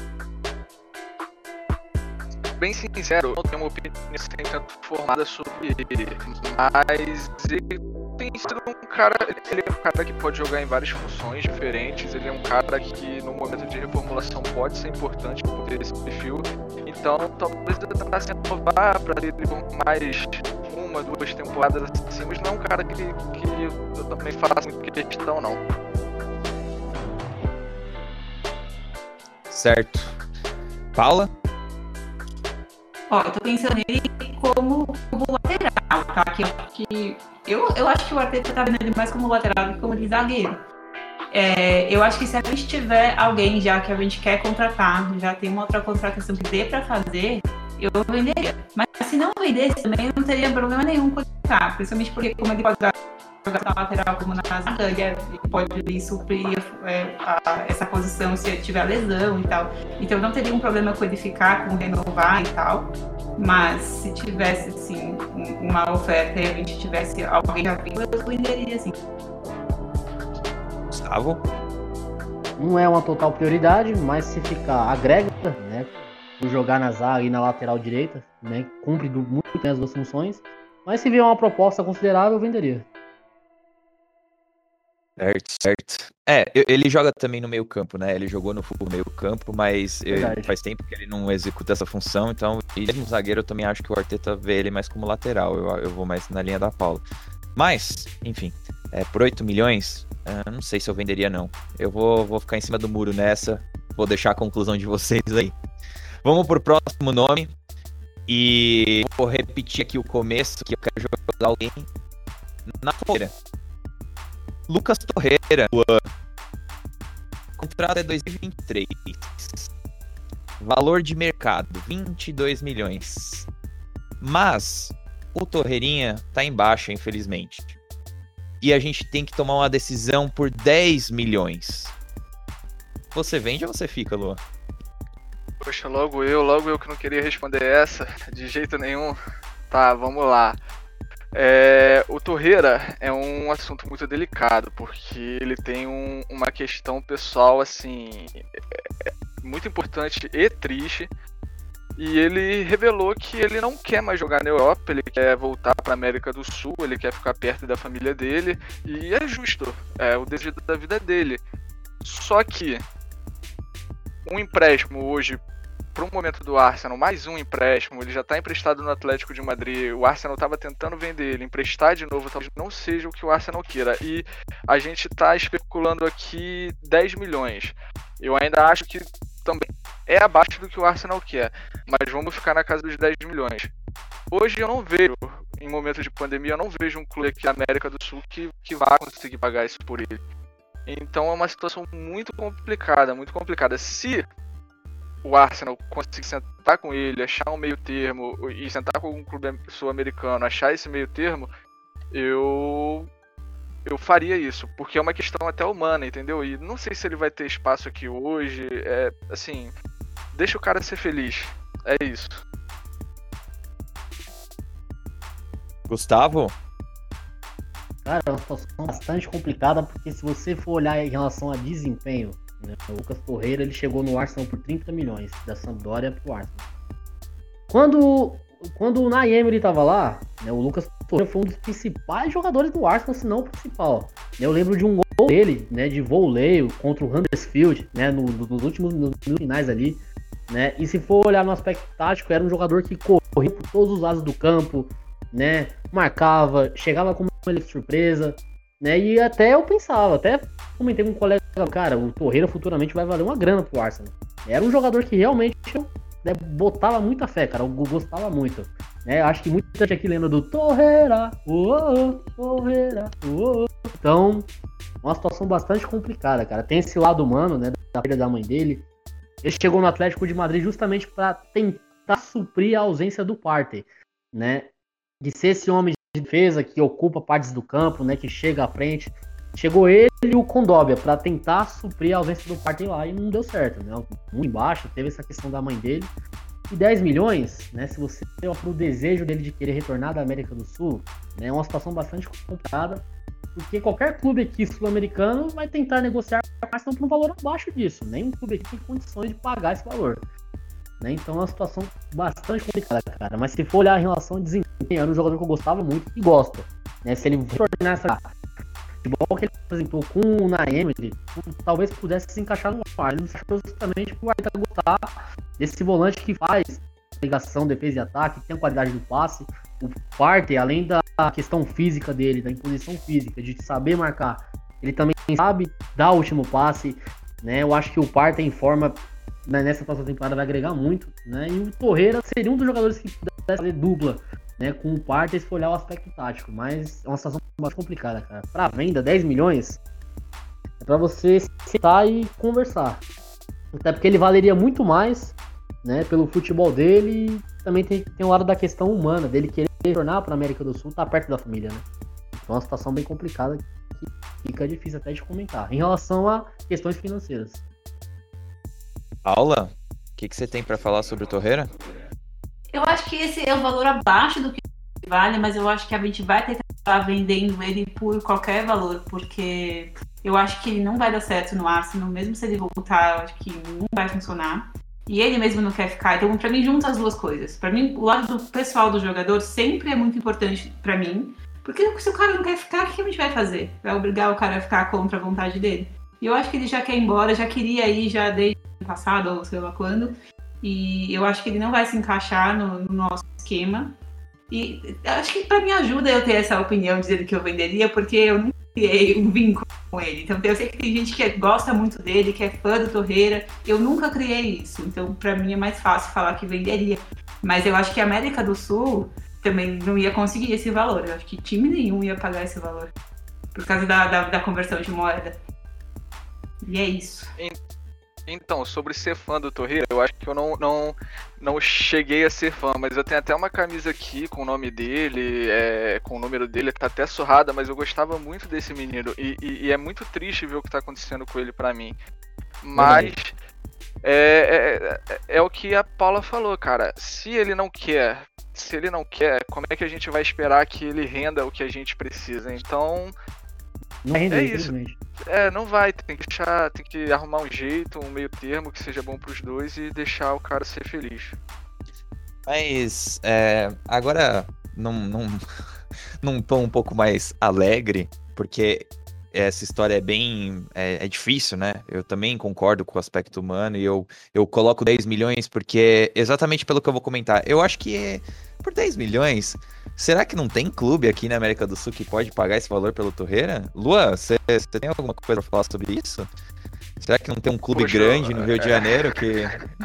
Bem sincero, eu não tenho uma opinião cem por cento formada sobre ele, mas ele tem sido um cara, ele é um cara que pode jogar em várias funções diferentes, ele é um cara que no momento de reformulação pode ser importante por ter esse perfil, então talvez ele tentasse renovar para ele mais uma, duas temporadas assim, mas não é um cara que, que eu também faço muito questão não. Certo. Paula? Ó, eu tô pensando nele como, como lateral, tá? Que, que eu, eu acho que o Arteta tá vendo ele mais como lateral do que como de zagueiro. É, eu acho que se a gente tiver alguém já que a gente quer contratar, já tem uma outra contratação que dê pra fazer, eu venderia. Mas se não vendesse também, eu não teria problema nenhum com contratar, principalmente porque como ele pode jogar na lateral como na zaga, ele pode ali suprir é, a, essa posição se ele tiver lesão e tal. Então não teria um problema com ele ficar, com renovar e tal. Mas se tivesse assim uma oferta e a gente tivesse alguém já vindo, eu venderia assim. Gustavo? Não é uma total prioridade, mas se ficar agrega, né? Por jogar na zaga e na lateral direita, né? Cumpre do, muito bem as duas funções. Mas se vier uma proposta considerável, eu venderia. Certo, certo. É, ele joga também no meio campo, né? Ele jogou no full meio campo, mas eu, faz tempo que ele não executa essa função, então, e mesmo zagueiro, eu também acho que o Arteta vê ele mais como lateral, eu, eu vou mais na linha da Paula. Mas, enfim, é, por oito milhões, uh, não sei se eu venderia não. Eu vou, vou ficar em cima do muro nessa, vou deixar a conclusão de vocês aí. Vamos pro próximo nome, e vou repetir aqui o começo, que eu quero jogar alguém na fogueira. Lucas Torreira, contrato é dois mil e vinte e três, valor de mercado vinte e dois milhões, mas o Torreirinha tá em baixa, infelizmente, e a gente tem que tomar uma decisão por dez milhões. Você vende ou você fica, Luan? Poxa, logo eu, logo eu que não queria responder essa, de jeito nenhum. Tá, vamos lá. É, o Torreira é um assunto muito delicado, porque ele tem um, uma questão pessoal assim é, muito importante e triste, e ele revelou que ele não quer mais jogar na Europa, ele quer voltar para a América do Sul, ele quer ficar perto da família dele, e é justo, é o desejo da vida dele. Só que um empréstimo hoje para o momento do Arsenal, mais um empréstimo, ele já está emprestado no Atlético de Madrid, o Arsenal estava tentando vender ele, emprestar de novo talvez não seja o que o Arsenal queira, e a gente está especulando aqui dez milhões. Eu ainda acho que também é abaixo do que o Arsenal quer, mas vamos ficar na casa dos dez milhões. Hoje eu não vejo, em momento de pandemia, eu não vejo um clube aqui na América do Sul que, que vá conseguir pagar isso por ele. Então é uma situação muito complicada, muito complicada. Se o Arsenal conseguir sentar com ele, achar um meio termo e sentar com algum clube sul-americano, achar esse meio termo, eu eu faria isso, porque é uma questão até humana, entendeu? E não sei se ele vai ter espaço aqui hoje, é assim, deixa o cara ser feliz, é isso. Gustavo? Cara, é uma situação bastante complicada, porque se você for olhar em relação a desempenho, né, o Lucas Torreira ele chegou no Arsenal por trinta milhões, da Sampdoria pro Arsenal. Quando, quando o Unai Emery estava lá, né, o Lucas Torreira foi um dos principais jogadores do Arsenal, se não o principal. Eu lembro de um gol dele, né, de voleio contra o Huddersfield, né, no, nos últimos nos finais ali, né, e se for olhar no aspecto tático, era um jogador que corria por todos os lados do campo, né, marcava, chegava com uma surpresa, né, e até eu pensava, até comentei com um colega, cara, o Torreira futuramente vai valer uma grana pro Arsenal. Era um jogador que realmente, né, botava muita fé, cara, eu gostava muito, né, acho que muita gente aqui lembra do Torreira, oh, oh, Torreira, oh, oh. Então, uma situação bastante complicada, cara, tem esse lado humano, né, da perda da mãe dele. Ele chegou no Atlético de Madrid justamente para tentar suprir a ausência do Partey, né, de ser esse homem de defesa que ocupa partes do campo, né, que chega à frente. Chegou ele e o Kondogbia para tentar suprir a ausência do Partey lá e não deu certo, né? Muito embaixo, teve essa questão da mãe dele. E dez milhões, né, se você olhar para o desejo dele de querer retornar da América do Sul, né, é uma situação bastante complicada, porque qualquer clube aqui sul-americano vai tentar negociar com a Arsenal por um valor abaixo disso. Nenhum clube aqui tem condições de pagar esse valor. Né? Então é uma situação bastante complicada, cara. Mas se for olhar em relação ao desempenho, era um jogador que eu gostava muito e gosto. né? Se ele tornar essa futebol que ele apresentou com o Naemi, ele talvez pudesse se encaixar no ar. Ele não justamente por Arteta gostar desse volante que faz ligação, defesa e ataque, que tem a qualidade do passe. O Partey, além da questão física dele, da imposição física, de saber marcar, ele também sabe dar o último passe, né? Eu acho que o Partey em forma, né, nessa próxima temporada vai agregar muito, né? E o Torreira seria um dos jogadores que pudesse fazer dupla, né, com o Partey, se for olhar o aspecto tático, mas é uma situação mais complicada, cara. Pra venda, dez milhões, é pra você sentar e conversar. Até porque ele valeria muito mais, né, pelo futebol dele, e também tem, tem o lado da questão humana, dele querer retornar pra América do Sul, tá perto da família, né? Então é uma situação bem complicada que fica difícil até de comentar. Em relação a questões financeiras. Paula, o que, que você tem pra falar sobre o Torreira? Eu acho que esse é um valor abaixo do que vale, mas eu acho que a gente vai tentar vendendo ele por qualquer valor, porque eu acho que ele não vai dar certo no Arsenal, mesmo se ele voltar, eu acho que não vai funcionar. E ele mesmo não quer ficar, então pra mim junta as duas coisas. Pra mim, o lado do pessoal do jogador sempre é muito importante pra mim, porque se o cara não quer ficar, o que a gente vai fazer? Vai obrigar o cara a ficar contra a vontade dele? E eu acho que ele já quer ir embora, já queria ir já desde o ano passado, ou sei lá quando. E eu acho que ele não vai se encaixar no, no nosso esquema. E eu acho que pra mim ajuda eu ter essa opinião, dizendo que eu venderia, porque eu não criei um vínculo com ele. Então eu sei que tem gente que gosta muito dele, que é fã do Torreira. Eu nunca criei isso, então pra mim é mais fácil falar que venderia. Mas eu acho que a América do Sul também não ia conseguir esse valor. Eu acho que time nenhum ia pagar esse valor, por causa da, da, da conversão de moeda. E é isso. Então, sobre ser fã do Torreira, eu acho que eu não, não, não cheguei a ser fã, mas eu tenho até uma camisa aqui com o nome dele, é, com o número dele, tá até surrada, mas eu gostava muito desse menino, e, e, e é muito triste ver o que tá acontecendo com ele pra mim. Mas é, é, é, é o que a Paula falou, cara, se ele não quer, se ele não quer, como é que a gente vai esperar que ele renda o que a gente precisa? Então... Não é, é isso. É, não vai, tem que deixar, tem que arrumar um jeito, um meio termo que seja bom pros dois e deixar o cara ser feliz. Mas é, agora num, num, num tom um pouco mais alegre, porque essa história é bem é, é difícil, né? Eu também concordo com o aspecto humano e eu, eu coloco dez milhões porque exatamente pelo que eu vou comentar. Eu acho que por dez milhões, será que não tem clube aqui na América do Sul que pode pagar esse valor pelo Torreira? Lua, você tem alguma coisa pra falar sobre isso? Será que não tem um clube Poxa, grande no Rio é... de Janeiro que...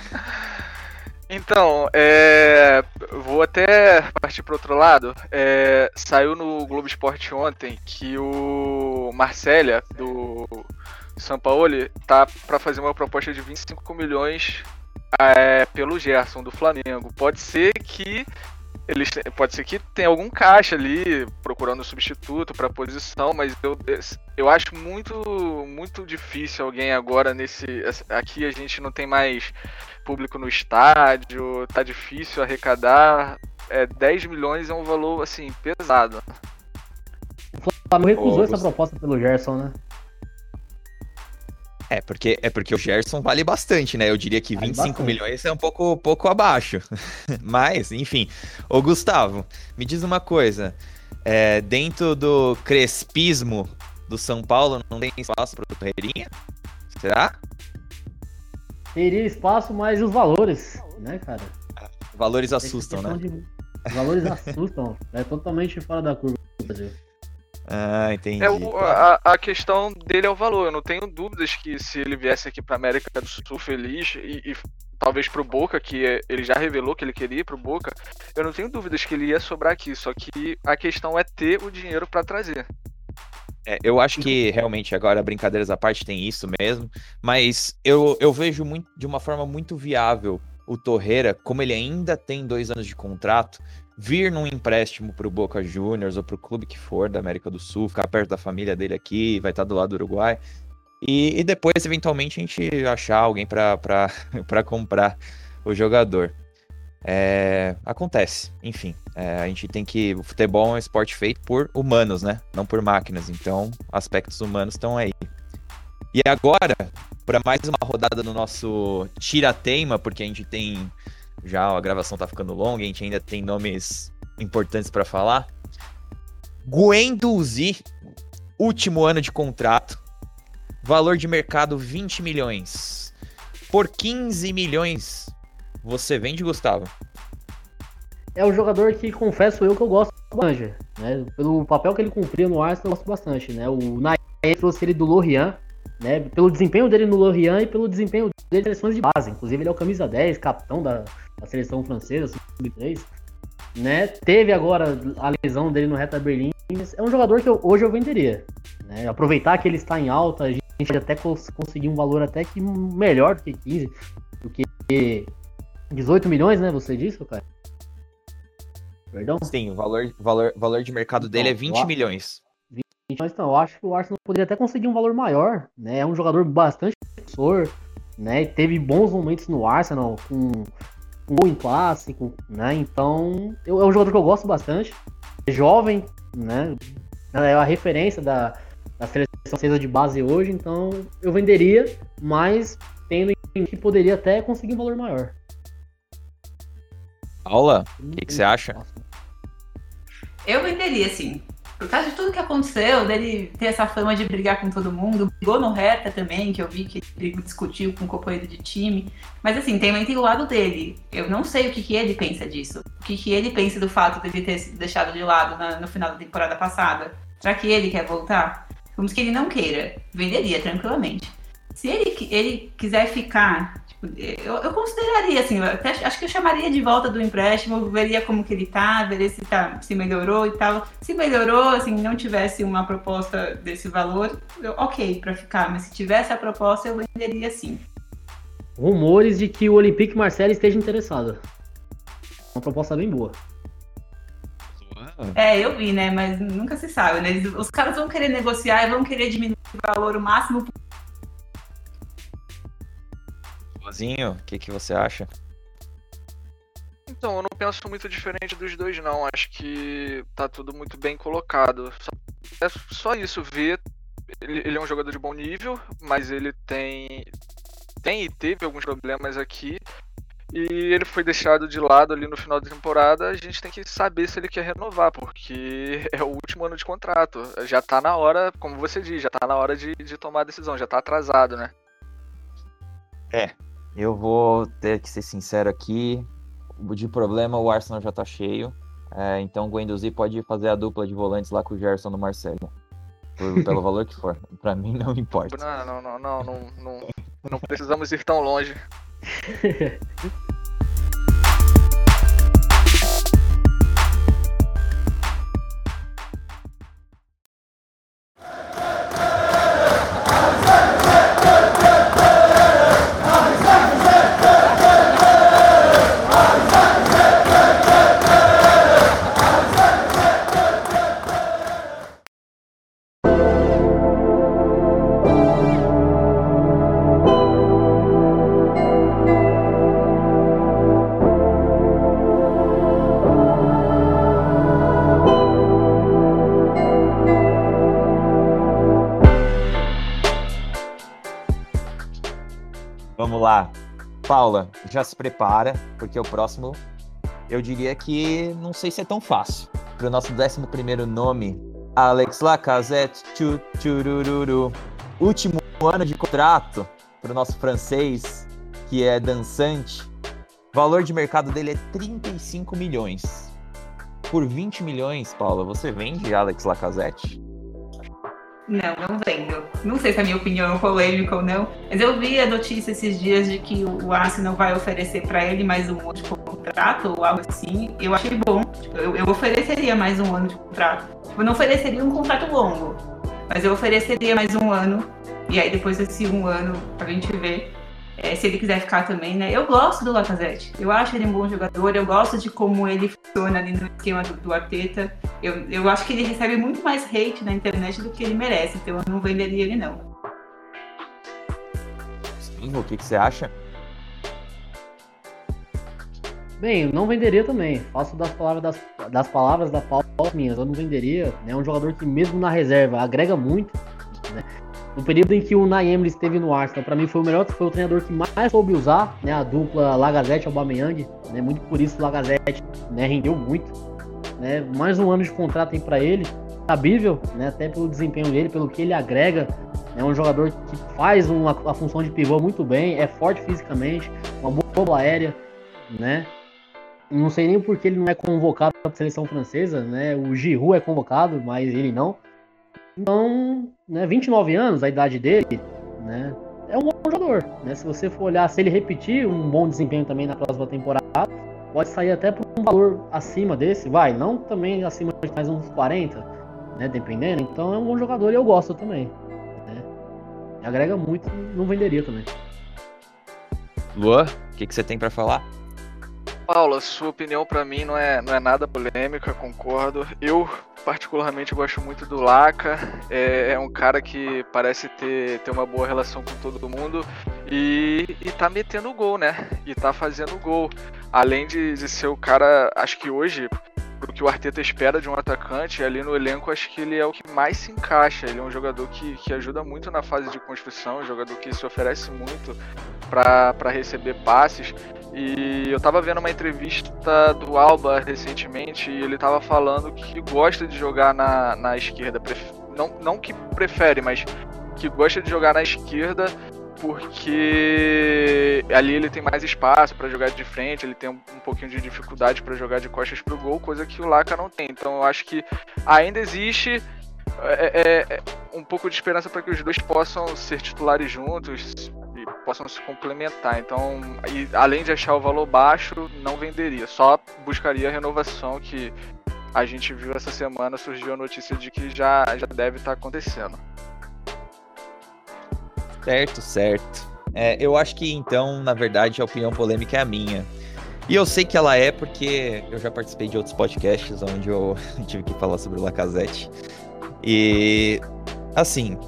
Então, é... vou até partir para outro lado. É... Saiu no Globo Esporte ontem que o Marcélia, do Sampaoli, tá para fazer uma proposta de vinte e cinco milhões é, pelo Gerson, do Flamengo. Pode ser que eles pode ser que tenha algum caixa ali procurando substituto para a posição, mas eu, eu acho muito, muito difícil alguém agora nesse... Aqui a gente não tem mais público no estádio, tá difícil arrecadar. É, dez milhões é um valor, assim, pesado. O Flamengo recusou oh, essa proposta pelo Gerson, né? É porque, é porque o Gerson vale bastante, né? Eu diria que vinte e cinco milhões é um pouco, pouco abaixo. Mas, enfim. Ô, Gustavo, me diz uma coisa. É, dentro do crespismo do São Paulo, não tem espaço para o Torreirinha? Será? Teria espaço, mas os valores, né, cara? Valores assustam, né? De... Os valores assustam. É totalmente fora da curva do Brasil. Ah, entendi. É, o, a, a questão dele é o valor. Eu não tenho dúvidas que se ele viesse aqui pra América do Sul feliz e, e talvez pro Boca, que ele já revelou que ele queria ir pro Boca, eu não tenho dúvidas que ele ia sobrar aqui. Só que a questão é ter o dinheiro pra trazer. É, eu acho que realmente agora, brincadeiras à parte, tem isso mesmo. Mas eu, eu vejo muito, de uma forma muito viável o Torreira, como ele ainda tem dois anos de contrato, vir num empréstimo pro Boca Juniors ou pro clube que for da América do Sul, ficar perto da família dele aqui, vai estar do lado do Uruguai, e, e depois, eventualmente, a gente achar alguém para para comprar o jogador. É, acontece, enfim, é, a gente tem que... O futebol é um esporte feito por humanos, né? Não por máquinas, então aspectos humanos estão aí. E agora, para mais uma rodada no nosso tira-teima, porque a gente tem... Já a gravação tá ficando longa, a gente ainda tem nomes importantes para falar. Guendouzi, último ano de contrato, valor de mercado vinte milhões. Por quinze milhões, você vende, Gustavo? É um jogador que, confesso eu, que eu gosto bastante, né? Pelo papel que ele cumpria no Arsenal, eu gosto bastante, né? O Naim trouxe ele do Lorient, né? Pelo desempenho dele no Lorient e pelo desempenho dele em seleções de base. Inclusive, ele é o camisa dez, capitão da, da seleção francesa, sub três, né? Teve agora a lesão dele no Hertha Berlim. É um jogador que eu, hoje eu venderia, né? Aproveitar que ele está em alta, a gente pode até cons- conseguir um valor até que melhor do que quinze, do que dezoito milhões, né? Você disse, cara? Perdão? Sim, o valor, valor, valor de mercado Então, dele é vinte eu- milhões. Mas então, eu acho que o Arsenal poderia até conseguir um valor maior, né? É um jogador bastante promissor, né? Teve bons momentos no Arsenal, com um gol em clássico, né? Então, eu, é um jogador que eu gosto bastante. É jovem, né? É a referência da, da seleção francesa de base hoje, então eu venderia, mas tendo em que poderia até conseguir um valor maior. Paula, o que, que você acha? Eu venderia, sim. Por causa de tudo que aconteceu, dele ter essa fama de brigar com todo mundo, brigou no Hertha também, que eu vi que ele discutiu com o companheiro de time. Mas assim, também tem o lado dele. Eu não sei o que, que ele pensa disso. O que, que ele pensa do fato de ele ter sido deixado de lado na, no final da temporada passada. Será que ele quer voltar? Vamos que ele não queira. Venderia tranquilamente. Se ele, ele quiser ficar... Eu, eu consideraria, assim, eu até, acho que eu chamaria de volta do empréstimo, veria como que ele tá, veria se, tá, se melhorou e tal. Se melhorou, assim, não tivesse uma proposta desse valor, eu, ok, pra ficar. Mas se tivesse a proposta, eu venderia sim. Rumores de que o Olympique Marseille esteja interessado. Uma proposta bem boa. É, eu vi, né, mas nunca se sabe, né? Os caras vão querer negociar e vão querer diminuir o valor o máximo possível. Sozinho, o que, que você acha? Então, eu não penso muito diferente dos dois, não. Acho que tá tudo muito bem colocado. Só, é só isso, ver. Ele, ele é um jogador de bom nível, mas ele tem, tem e teve alguns problemas aqui. E ele foi deixado de lado ali no final da temporada. A gente tem que saber se ele quer renovar, porque é o último ano de contrato. Já tá na hora, como você diz, já tá na hora de, de tomar a decisão, já tá atrasado, né? É, eu vou ter que ser sincero aqui. De problema, o Arsenal já tá cheio. É, então o Guendouzi pode fazer a dupla de volantes lá com o Gerson no Marseille. Por, pelo valor que for. Pra mim não importa. Não, não, não, não, não, não, não precisamos ir tão longe. Vamos lá. Paula, já se prepara, porque o próximo, eu diria que não sei se é tão fácil. Para o nosso décimo primeiro nome, Alex Lacazette, tchu, tchurururu. Último ano de contrato para o nosso francês, que é dançante. O valor de mercado dele é trinta e cinco milhões. Por vinte milhões, Paula, você vende Alex Lacazette? Não, não vendo. Não sei se a minha opinião é polêmica ou não, mas eu vi a notícia esses dias de que o Arsenal vai oferecer para ele mais um ano de contrato ou algo assim. Eu achei bom. Tipo, eu, eu ofereceria mais um ano de contrato. Eu não ofereceria um contrato longo, mas eu ofereceria mais um ano. E aí depois desse um ano a gente vê é, se ele quiser ficar também, né? Eu gosto do Lacazette. Eu acho ele um bom jogador. Eu gosto de como ele funciona ali no esquema do, do Arteta. Eu, eu acho que ele recebe muito mais hate na internet do que ele merece. Então eu não venderia ele, não. Sim, o que, que você acha? Bem, eu não venderia também. Faço das palavras das, das palavras da Paula minhas. Eu não venderia. É um jogador que mesmo na reserva agrega muito, né? No período em que o Unai Emery esteve no Arsenal, para mim foi o melhor, foi o treinador que mais soube usar, né, a dupla Lacazette e Aubameyang, né, muito por isso o Lacazette, né, rendeu muito, né, mais um ano de contrato aí para ele, cabível, né? Até pelo desempenho dele, pelo que ele agrega. É um jogador que faz uma, a função de pivô muito bem, é forte fisicamente, uma boa bola aérea, né? Não sei nem por que ele não é convocado para a seleção francesa, né? O Giroud é convocado, mas ele não. Então, né, vinte e nove anos, a idade dele, né? É um bom jogador, né? Se você for olhar, se ele repetir um bom desempenho também na próxima temporada, pode sair até por um valor acima desse, vai, não também acima de mais uns quarenta, né? Dependendo. Então é um bom jogador e eu gosto também. Agrega muito, não venderia também. Luan, o que, que você tem pra falar? Paula, sua opinião pra mim não é, não é nada polêmica, concordo. Eu, particularmente, gosto muito do Laca. É, é um cara que parece ter, ter uma boa relação com todo mundo e, e tá metendo gol, né? E tá fazendo gol. Além de, de ser o cara, acho que hoje, pro que o Arteta espera de um atacante, ali no elenco acho que ele é o que mais se encaixa. Ele é um jogador que, que ajuda muito na fase de construção, um jogador que se oferece muito para receber passes. E eu tava vendo uma entrevista do Alba recentemente e ele tava falando que gosta de jogar na, na esquerda. Não, não que prefere, mas que gosta de jogar na esquerda porque ali ele tem mais espaço para jogar de frente, ele tem um, um pouquinho de dificuldade para jogar de costas pro gol, coisa que o Laca não tem. Então eu acho que ainda existe é, é, um pouco de esperança para que os dois possam ser titulares juntos e possam se complementar. Então, e, além de achar o valor baixo, não venderia, só buscaria a renovação que a gente viu essa semana, surgiu a notícia de que já, já deve estar acontecendo. Certo, certo. É, eu acho que, então, na verdade, a opinião polêmica é a minha. E eu sei que ela é porque eu já participei de outros podcasts onde eu tive que falar sobre o Lacazette. E, assim,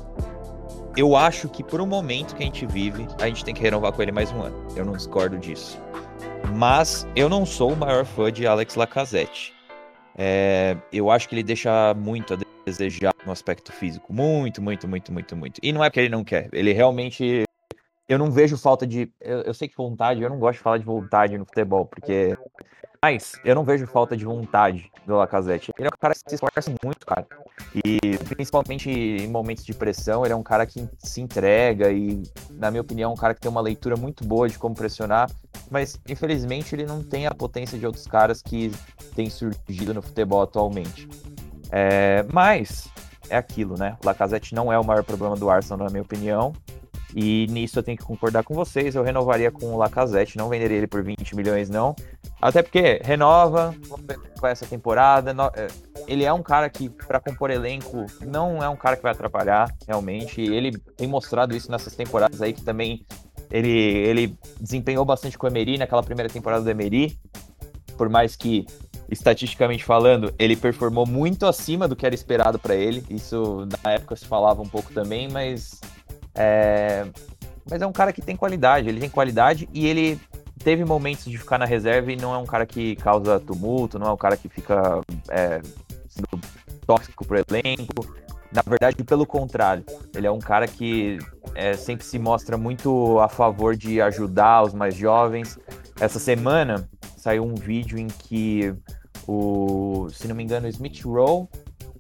eu acho que por um momento que a gente vive, a gente tem que renovar com ele mais um ano. Eu não discordo disso. Mas eu não sou o maior fã de Alex Lacazette. É, eu acho que ele deixa muito a desejar no aspecto físico. Muito, muito, muito, muito, muito. E não é porque ele não quer. Ele realmente... Eu não vejo falta de... Eu, eu sei que vontade... Eu não gosto de falar de vontade no futebol, porque... Mas eu não vejo falta de vontade do Lacazette. Ele é um cara que se esforça muito, cara. E principalmente em momentos de pressão, ele é um cara que se entrega e, na minha opinião, é um cara que tem uma leitura muito boa de como pressionar. Mas, infelizmente, ele não tem a potência de outros caras que têm surgido no futebol atualmente. É, mas é aquilo, né? O Lacazette não é o maior problema do Arsenal, na minha opinião. E nisso eu tenho que concordar com vocês. Eu renovaria com o Lacazette, não venderia ele por vinte milhões, não. Até porque renova, vamos ver como vai essa temporada. Ele é um cara que, para compor elenco, não é um cara que vai atrapalhar, realmente. Ele tem mostrado isso nessas temporadas aí, que também ele, ele desempenhou bastante com o Emery, naquela primeira temporada do Emery. Por mais que, estatisticamente falando, ele performou muito acima do que era esperado para ele. Isso, na época, se falava um pouco também, mas... É... Mas é um cara que tem qualidade, ele tem qualidade e ele teve momentos de ficar na reserva e não é um cara que causa tumulto, não é um cara que fica é, sendo tóxico pro elenco. Na verdade, pelo contrário, ele é um cara que é, sempre se mostra muito a favor de ajudar os mais jovens. Essa semana saiu um vídeo em que o, se não me engano, o Smith Rowe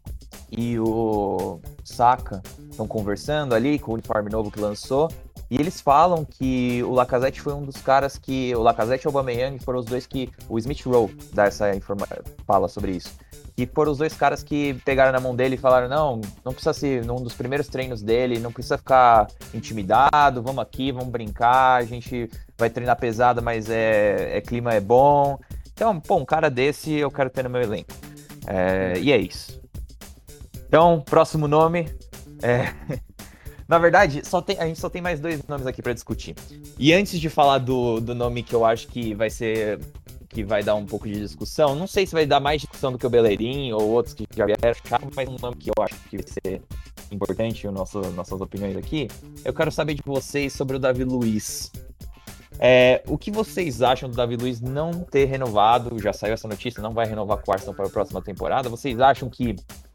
e o Saka estão conversando ali com o uniforme novo que lançou, e eles falam que o Lacazette foi um dos caras que... O Lacazette e o Aubameyang foram os dois que... O Smith Rowe dá essa informa... fala sobre isso. Que foram os dois caras que pegaram na mão dele e falaram, não, não precisa ser num dos primeiros treinos dele, não precisa ficar intimidado, vamos aqui, vamos brincar, a gente vai treinar pesado, mas é, é clima é bom. Então, pô, um cara desse eu quero ter no meu elenco. É, e é isso. Então, próximo nome. É... Na verdade, só tem, a gente só tem mais dois nomes aqui para discutir. E antes de falar do, do nome que eu acho que vai ser... que vai dar um pouco de discussão, não sei se vai dar mais discussão do que o Bellerin ou outros que já vieram, mas um nome que eu acho que vai ser importante, o nosso, nossas opiniões aqui, eu quero saber de vocês sobre o Davi Luiz. É, o que vocês acham do Davi Luiz não ter renovado? Já saiu essa notícia, não vai renovar com o Arsenal para a próxima temporada. Vocês acham que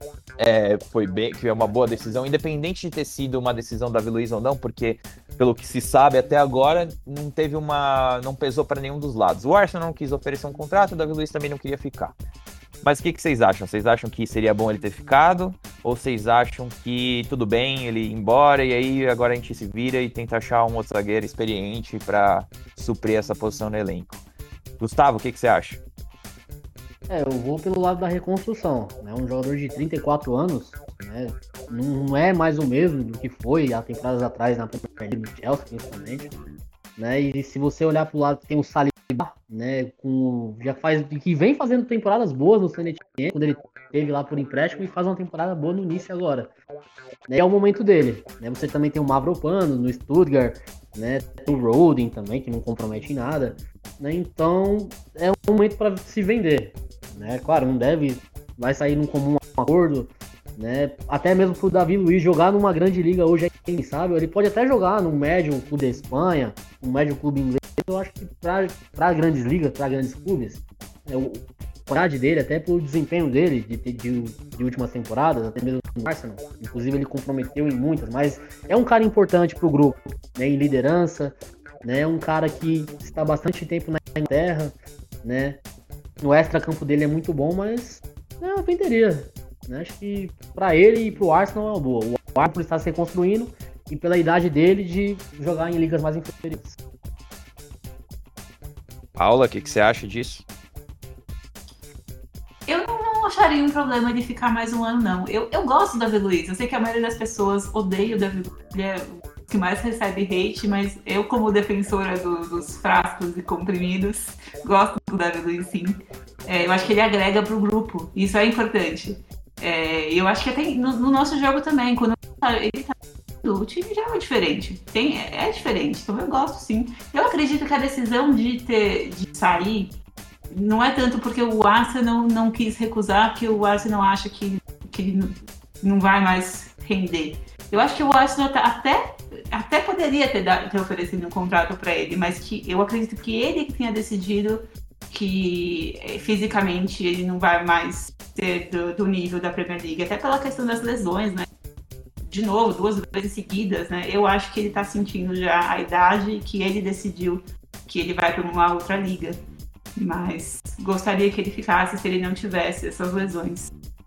é, foi bem, que é uma boa decisão, independente de ter sido uma decisão do Davi Luiz ou não, porque pelo que se sabe até agora não teve uma, não pesou para nenhum dos lados. O Arsenal não quis oferecer um contrato, o Davi Luiz também não queria ficar. Mas o que, que vocês acham? Vocês acham que seria bom ele ter ficado? Ou vocês acham que tudo bem ele ir embora e aí agora a gente se vira e tenta achar um outro zagueiro experiente para suprir essa posição no elenco? Gustavo, o que, que você acha? É, eu vou pelo lado da reconstrução, né? Um jogador de trinta e quatro anos, né? Não é mais o mesmo do que foi há temporadas atrás na Premier League do Chelsea, principalmente, né? E se você olhar pro lado, tem o Saliba, né? Com, já faz, que vem fazendo temporadas boas no Saint Etienne, quando ele teve lá por empréstimo, e faz uma temporada boa no início agora. Né? É o momento dele, né? Você também tem o Mavropanos no Stuttgart, né? O Rodin também, que não compromete em nada, né? Então é um momento para se vender, né? Claro, não deve, vai sair num comum acordo, né? Até mesmo pro Davi Luiz jogar numa grande liga hoje, quem sabe, ele pode até jogar num médio clube da Espanha, um médio clube inglês. Eu acho que para grandes ligas, para grandes clubes, né, o qualidade dele, até pelo desempenho dele de, de, de últimas temporadas, até mesmo no Arsenal, inclusive ele comprometeu em muitas, mas é um cara importante pro grupo, né, em liderança, né, é um cara que está bastante tempo na Inglaterra, né, no extra-campo dele é muito bom, mas é uma venderia. Né? Acho que para ele e para o Arsenal é uma boa. O Arsenal está se reconstruindo e pela idade dele de jogar em ligas mais inferiores. Paula, o que, que você acha disso? Eu não acharia um problema ele ficar mais um ano, não. Eu, eu gosto do Davi Luiz. Eu sei que a maioria das pessoas odeia o Davi Luiz. Ele é o que mais recebe hate, mas eu, como defensora do, dos frascos e comprimidos, gosto do Davi Luiz, sim. É, eu acho que ele agrega pro grupo. Isso é importante. É, eu acho que até no, no nosso jogo também, quando ele tá, o time já é diferente. Tem, é, é diferente, então eu gosto sim. Eu acredito que a decisão de, ter, de sair não é tanto porque o Arsenal não, não quis recusar, que o Arsenal acha que, que ele não vai mais render. Eu acho que o Arsenal tá, até, até poderia ter, dado, ter oferecido um contrato para ele, mas que eu acredito que ele que tenha decidido que fisicamente ele não vai mais ser do, do nível da Premier League, até pela questão das lesões, né? De novo, duas vezes seguidas, né? Eu acho que ele tá sentindo já a idade que ele decidiu que ele vai para uma outra liga. Mas gostaria que ele ficasse se ele não tivesse essas lesões.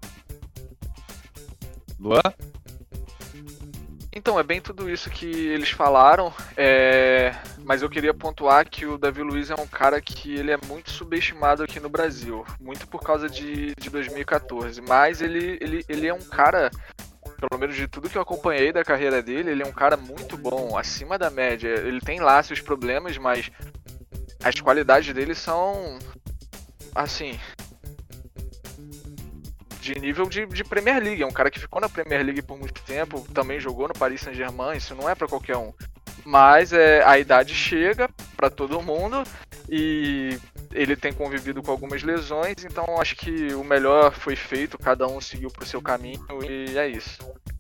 Luan? Então, é bem tudo isso que eles falaram, é... mas eu queria pontuar que o Davi Luiz é um cara que ele é muito subestimado aqui no Brasil, muito por causa de, de dois mil e catorze, mas ele, ele, ele é um cara, pelo menos de tudo que eu acompanhei da carreira dele, ele é um cara muito bom, acima da média. Ele tem lá seus problemas, mas as qualidades dele são, assim, de nível de, de Premier League. É um cara que ficou na Premier League por muito tempo, também jogou no Paris Saint-Germain, isso não é pra qualquer um. Mas é, a idade chega pra todo mundo e ele tem convivido com algumas lesões, então acho que o melhor foi feito, cada um seguiu pro seu caminho e é isso.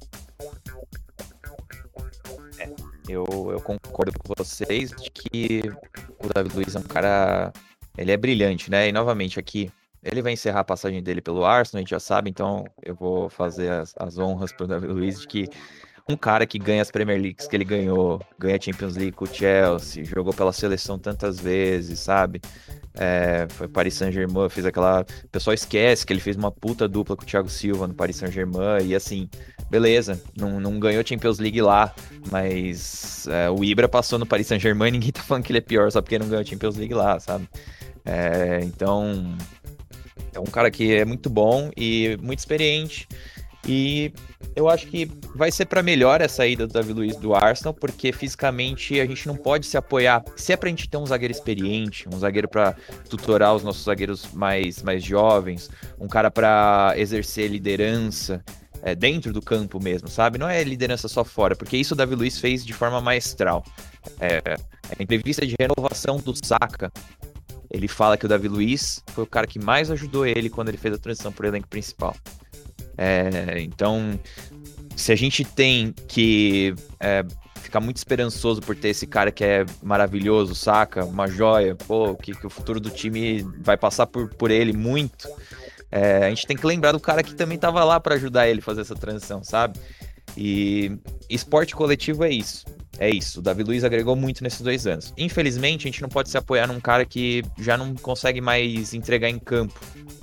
É, eu, eu concordo com vocês de que o Davi Luiz é um cara, ele é brilhante, né? E novamente aqui, ele vai encerrar a passagem dele pelo Arsenal, a gente já sabe, então eu vou fazer as, as honras pro Davi Luiz de que um cara que ganha as Premier Leagues que ele ganhou, ganha a Champions League com o Chelsea, jogou pela seleção tantas vezes, sabe? É, foi Paris Saint-Germain, fez aquela... O pessoal esquece que ele fez uma puta dupla com o Thiago Silva no Paris Saint-Germain, e assim, beleza, não, não ganhou Champions League lá, mas é, o Ibra passou no Paris Saint-Germain e ninguém tá falando que ele é pior só porque não ganhou Champions League lá, sabe? É, então, é um cara que é muito bom e muito experiente, e eu acho que vai ser para melhor essa ida do Davi Luiz do Arsenal, porque fisicamente a gente não pode se apoiar. Se é pra gente ter um zagueiro experiente, um zagueiro para tutorar os nossos zagueiros mais, mais jovens, um cara para exercer liderança é, dentro do campo mesmo, sabe? Não é liderança só fora, porque isso o Davi Luiz fez de forma maestral. É, a entrevista de renovação do Saka, ele fala que o Davi Luiz foi o cara que mais ajudou ele quando ele fez a transição pro elenco principal. É, então, se a gente tem que é, ficar muito esperançoso por ter esse cara que é maravilhoso, saca? Uma joia, pô, que, que o futuro do time vai passar por, por ele muito, é, a gente tem que lembrar do cara que também tava lá para ajudar ele a fazer essa transição, sabe? E esporte coletivo é isso. É isso, o Davi Luiz agregou muito nesses dois anos. Infelizmente, a gente não pode se apoiar num cara que já não consegue mais entregar em campo.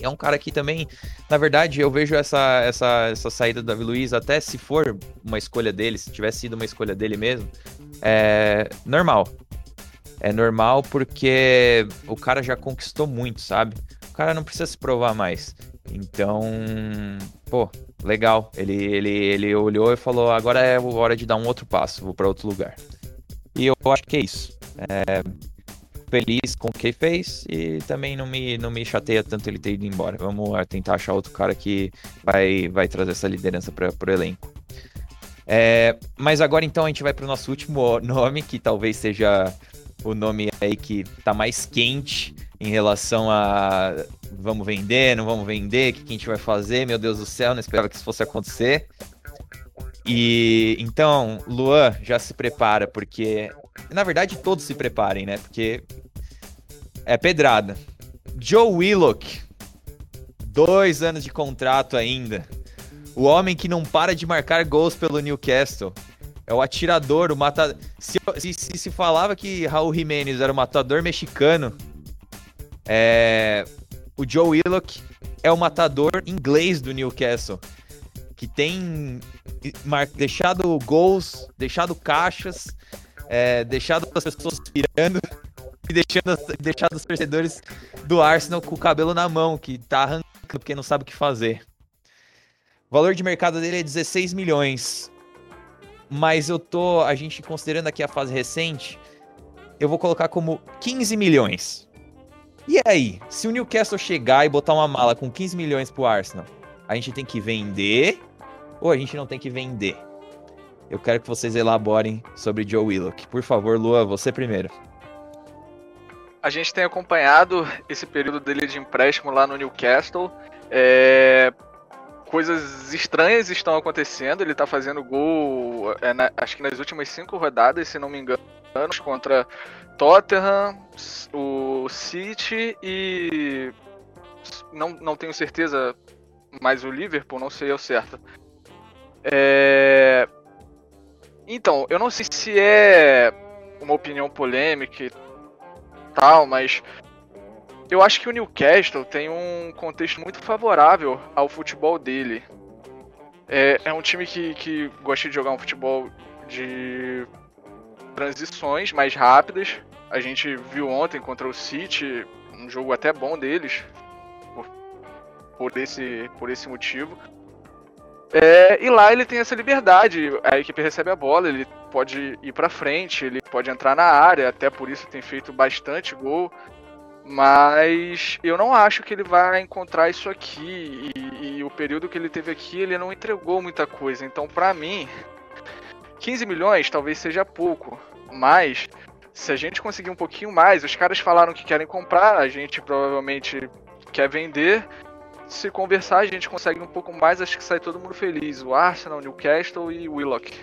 é um cara que também, na verdade, eu vejo essa, essa, essa saída do Davi Luiz, até se for uma escolha dele, se tivesse sido uma escolha dele mesmo, é normal. É normal porque o cara já conquistou muito, sabe? O cara não precisa se provar mais. Então, pô, legal. Ele, ele, ele olhou e falou, agora é hora de dar um outro passo, vou para outro lugar. E eu acho que é isso. É, feliz com o que fez e também não me, não me chateia tanto ele ter ido embora. Vamos tentar achar outro cara que vai, vai trazer essa liderança para o elenco. É, mas agora então a gente vai para o nosso último nome, que talvez seja o nome aí que tá mais quente em relação a vamos vender, não vamos vender, o que, que a gente vai fazer, meu Deus do céu, não esperava que isso fosse acontecer. E então, Luan, já se prepara, porque na verdade todos se preparem, né? Porque é pedrada. Joe Willock, dois anos de contrato ainda. O homem que não para de marcar gols pelo Newcastle. É o atirador, o matador. Se, se, se, se falava que Raul Jiménez era o matador mexicano, é... o Joe Willock é o matador inglês do Newcastle, que tem mar... deixado gols, deixado caixas, é... deixado as pessoas pirando e deixando, deixado os torcedores do Arsenal com o cabelo na mão, que tá arrancando porque não sabe o que fazer. O valor de mercado dele é dezesseis milhões. Mas eu tô, a gente considerando aqui a fase recente, eu vou colocar como quinze milhões. E aí, se o Newcastle chegar e botar uma mala com quinze milhões pro Arsenal, a gente tem que vender ou a gente não tem que vender? Eu quero que vocês elaborem sobre Joe Willock. Por favor, Lua, você primeiro. A gente tem acompanhado esse período dele de empréstimo lá no Newcastle. É... Coisas estranhas estão acontecendo. Ele tá fazendo gol, é, na, acho que nas últimas cinco rodadas, se não me engano, contra Tottenham, o City e não, não tenho certeza, mas o Liverpool, não sei ao certo. É... Então, eu não sei se é uma opinião polêmica e tal, mas eu acho que o Newcastle tem um contexto muito favorável ao futebol dele. É, é um time que, que gosta de jogar um futebol de transições mais rápidas. A gente viu ontem contra o City, um jogo até bom deles, por, por, esse, por esse motivo. É, e lá ele tem essa liberdade, a equipe recebe a bola, ele pode ir pra frente, ele pode entrar na área, até por isso tem feito bastante gol. Mas eu não acho que ele vai encontrar isso aqui, e, e o período que ele teve aqui ele não entregou muita coisa. Então, pra mim, quinze milhões talvez seja pouco, mas se a gente conseguir um pouquinho mais, os caras falaram que querem comprar, a gente provavelmente quer vender. Se conversar, a gente consegue um pouco mais, acho que sai todo mundo feliz. O Arsenal, o Newcastle e o Willock.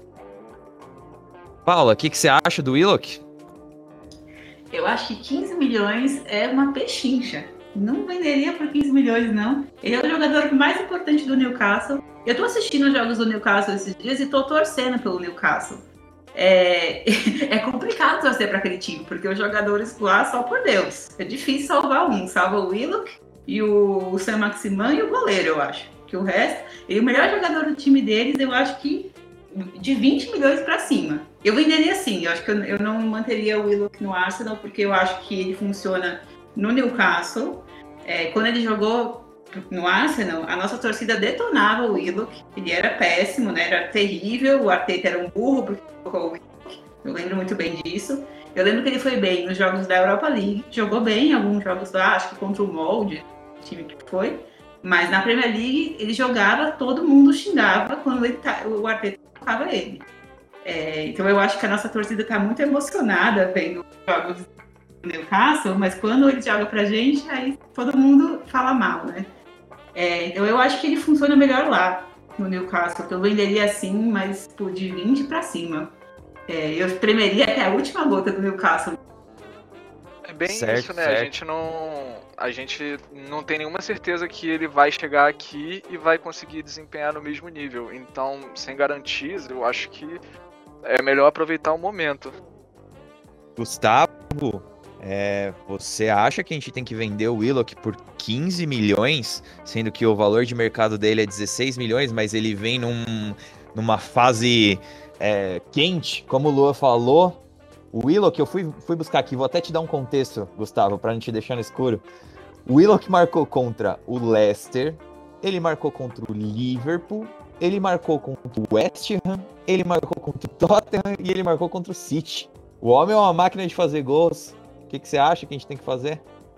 Paula, o que, que você acha do Willock? Eu acho que quinze milhões é uma pechincha. Não venderia por quinze milhões, não. Ele é o jogador mais importante do Newcastle. Eu tô assistindo os jogos do Newcastle esses dias e tô torcendo pelo Newcastle. É, é complicado torcer para aquele time, porque os jogadores lá, só por Deus. É difícil salvar um. Salva o Willock e o Saint-Maximin e o goleiro, eu acho. Que o resto... E o melhor jogador do time deles, eu acho que de vinte milhões para cima. Eu venderia sim. Eu acho que eu, eu não manteria o Willock no Arsenal, porque eu acho que ele funciona no Newcastle. É, quando ele jogou no Arsenal, a nossa torcida detonava o Willock. Ele era péssimo, né? Era terrível. O Arteta era um burro porque colocou o Willock. Eu lembro muito bem disso. Eu lembro que ele foi bem nos jogos da Europa League. Jogou bem em alguns jogos lá, acho que contra o Molde, time que foi. Mas na Premier League ele jogava, todo mundo xingava quando ele tá, o Arteta colocava ele. É, então eu acho que a nossa torcida está muito emocionada vendo os jogos do Newcastle, mas quando ele joga pra gente, aí todo mundo fala mal, né? É, então eu acho que ele funciona melhor lá no Newcastle, que eu venderia assim, mas por de vinte pra cima. É, eu tremeria até a última gota do Newcastle. É bem certo, isso, né? certo. A gente não, a gente não tem nenhuma certeza que ele vai chegar aqui e vai conseguir desempenhar no mesmo nível. Então, sem garantias, eu acho que é melhor aproveitar o momento. Gustavo, É, você acha que a gente tem que vender o Willock por quinze milhões, sendo que o valor de mercado dele é dezesseis milhões, mas ele vem num, numa fase é, quente, como o Lua falou. O Willock, eu fui, fui buscar aqui, vou até te dar um contexto, Gustavo, para não te deixar no escuro. O Willock marcou contra o Leicester, ele marcou contra o Liverpool, ele marcou contra o West Ham, ele marcou contra o Tottenham e ele marcou contra o City. O homem é uma máquina de fazer gols. O que, que você acha que a gente tem que fazer?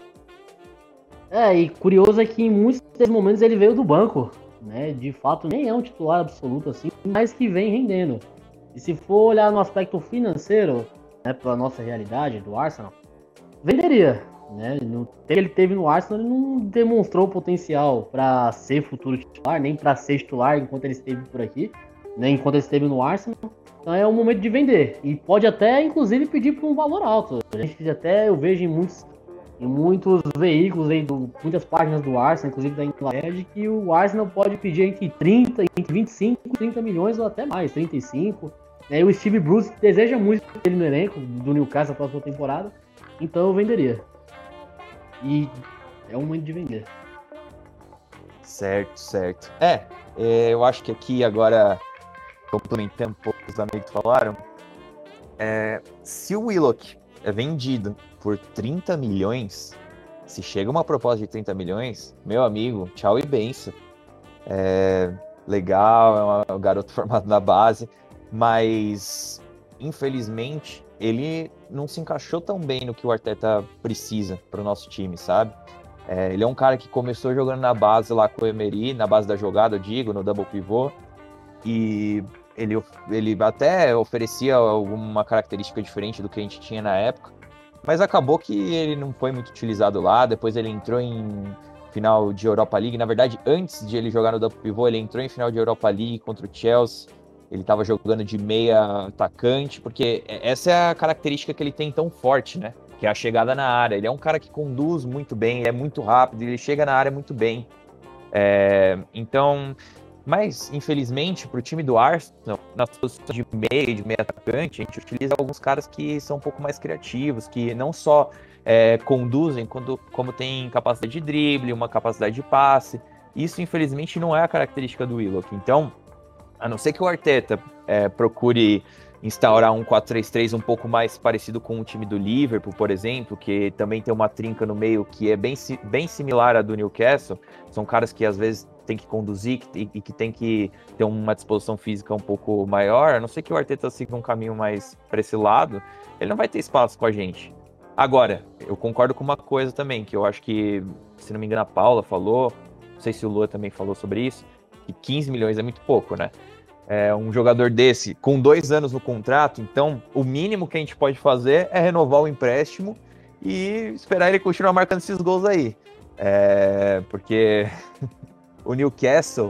É, e curioso é que em muitos desses momentos ele veio do banco, né? De fato, nem é um titular absoluto assim, mas que vem rendendo. E se for olhar no aspecto financeiro, né, para nossa realidade do Arsenal, venderia, né? No tempo que ele teve no Arsenal, ele não demonstrou potencial para ser futuro titular, nem para ser titular enquanto ele esteve por aqui, né? Enquanto ele esteve no Arsenal. Então é o momento de vender. E pode até, inclusive, pedir por um valor alto. A gente até, eu vejo em muitos, em muitos veículos, em muitas páginas do Arsenal, inclusive da Inglaterra, de que o Arsenal pode pedir entre trinta, entre vinte e cinco e trinta milhões ou até mais, trinta e cinco. E o Steve Bruce deseja muito ele no elenco do Newcastle na próxima temporada. Então eu venderia. E é o momento de vender. Certo, certo. É, é eu acho que aqui agora, complementando um pouco o que os amigos falaram, é, se o Willock é vendido por trinta milhões, se chega uma proposta de trinta milhões, meu amigo, tchau e benção. É legal, é um garoto formado na base, mas infelizmente ele não se encaixou tão bem no que o Arteta precisa para o nosso time, sabe? É, ele é um cara que começou jogando na base lá com o Emery, na base da jogada, eu digo, no double pivot, e ele, ele até oferecia alguma característica diferente do que a gente tinha na época, mas acabou que ele não foi muito utilizado lá. Depois ele entrou em final de Europa League, na verdade antes de ele jogar no double pivot, ele entrou em final de Europa League contra o Chelsea. Ele estava jogando de meia atacante, porque essa é a característica que ele tem tão forte, né? Que é a chegada na área. Ele é um cara que conduz muito bem, ele é muito rápido, ele chega na área muito bem. É, então, mas infelizmente para o time do Arsenal, nas posições de meia e de meia atacante, a gente utiliza alguns caras que são um pouco mais criativos, que não só é, conduzem, quando, como tem capacidade de drible, uma capacidade de passe. Isso infelizmente não é a característica do Willock. Então, a não ser que o Arteta é, procure instaurar um quatro três três um pouco mais parecido com o time do Liverpool, por exemplo, que também tem uma trinca no meio que é bem, bem similar à do Newcastle. São caras que às vezes tem que conduzir e, e que tem que ter uma disposição física um pouco maior. A não ser que o Arteta siga um caminho mais para esse lado, ele não vai ter espaço com a gente. Agora, eu concordo com uma coisa também, que eu acho que, se não me engano, a Paula falou, não sei se o Lua também falou sobre isso, que quinze milhões é muito pouco, né? É um jogador desse, com dois anos no contrato, então o mínimo que a gente pode fazer é renovar o empréstimo e esperar ele continuar marcando esses gols aí. É, porque o Newcastle,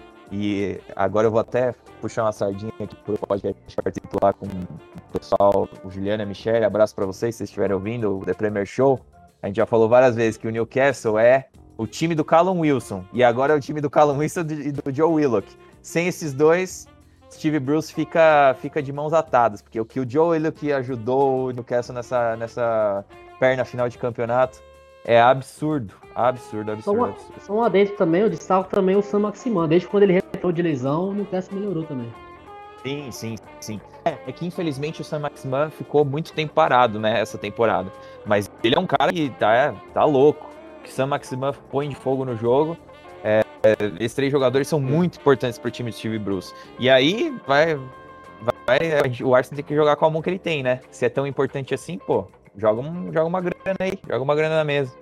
e agora eu vou até puxar uma sardinha aqui pro podcast participar com o pessoal, o Juliano e a Michelle, abraço para vocês, se vocês estiverem ouvindo o The Premier Show. A gente já falou várias vezes que o Newcastle é o time do Callum Wilson, e agora é o time do Callum Wilson e do Joe Willock. Sem esses dois, Steve Bruce fica, fica de mãos atadas, porque o que o Joe Willock ajudou o Newcastle nessa, nessa perna final de campeonato é absurdo, absurdo, absurdo. Só, uma, absurdo. só um adendo também, eu destaco também o Saint-Maximin, desde quando ele retornou de lesão, o Newcastle melhorou também. Sim, sim, sim. É, é que infelizmente o Saint-Maximin ficou muito tempo parado, né, essa temporada, mas ele é um cara que tá, tá louco, que o Saint-Maximin põe de fogo no jogo. É, esses três jogadores são muito importantes para o time do Steve Bruce. E aí vai, vai o Arsenal tem que jogar com a mão que ele tem, né? Se é tão importante assim, pô, joga, um, joga uma grana aí, joga uma grana na mesa.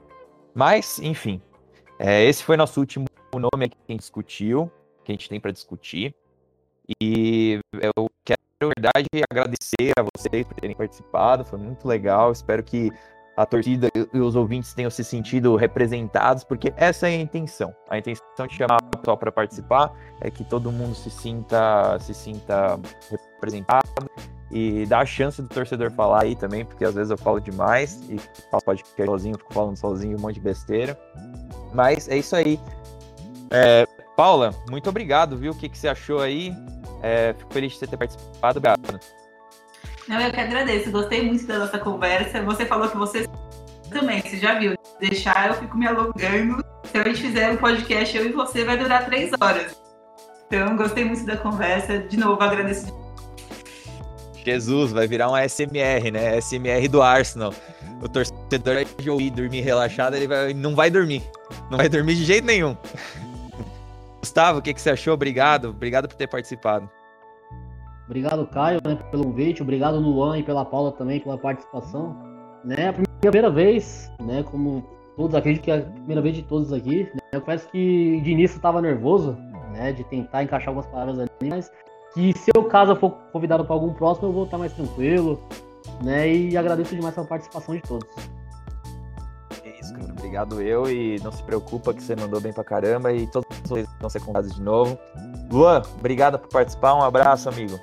Mas, enfim, é, esse foi nosso último nome que a gente discutiu, que a gente tem para discutir. E eu quero, na verdade, agradecer a vocês por terem participado, foi muito legal. Espero que a torcida e os ouvintes tenham se sentido representados, porque essa é a intenção. A intenção de chamar o pessoal para participar é que todo mundo se sinta, se sinta representado e dar a chance do torcedor falar aí também, porque às vezes eu falo demais e faço podcast sozinho, fico falando sozinho um monte de besteira. Mas é isso aí. É, Paula, muito obrigado, viu? O que, que você achou aí? É, fico feliz de você ter participado. Obrigado. Não, eu que agradeço. Gostei muito da nossa conversa. Você falou que você também, você já viu. Deixar, eu fico me alongando. Se a gente fizer um podcast, eu e você, vai durar três horas. Então, gostei muito da conversa. De novo, agradeço. Jesus, vai virar um S M R, né? S M R do Arsenal. O torcedor vai de ouvir, dormir relaxado, ele vai, não vai dormir. Não vai dormir de jeito nenhum. Gustavo, o que, que você achou? Obrigado. Obrigado por ter participado. Obrigado, Caio, né, pelo convite. Obrigado, Luan, e pela Paula também, pela participação. Né, a primeira vez, né, como todos, acredito que é a primeira vez de todos aqui. Né, eu confesso que de início eu estava nervoso, né, de tentar encaixar algumas palavras ali, mas que se eu caso eu for convidado para algum próximo, eu vou estar mais tranquilo, né, e agradeço demais a participação de todos. É isso, cara. Obrigado eu, e não se preocupa que você mandou bem pra caramba, e todos vocês vão ser convidados de novo. Luan, obrigado por participar, um abraço, amigo.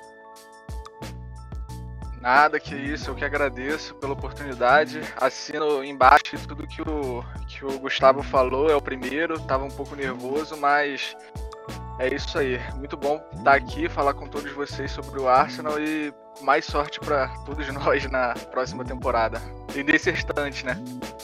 Nada, que isso, eu que agradeço pela oportunidade. Assino embaixo tudo que o, que o Gustavo falou, é o primeiro, tava um pouco nervoso, mas é isso aí. Muito bom estar aqui, falar com todos vocês sobre o Arsenal e mais sorte para todos nós na próxima temporada. E nesse restante, né?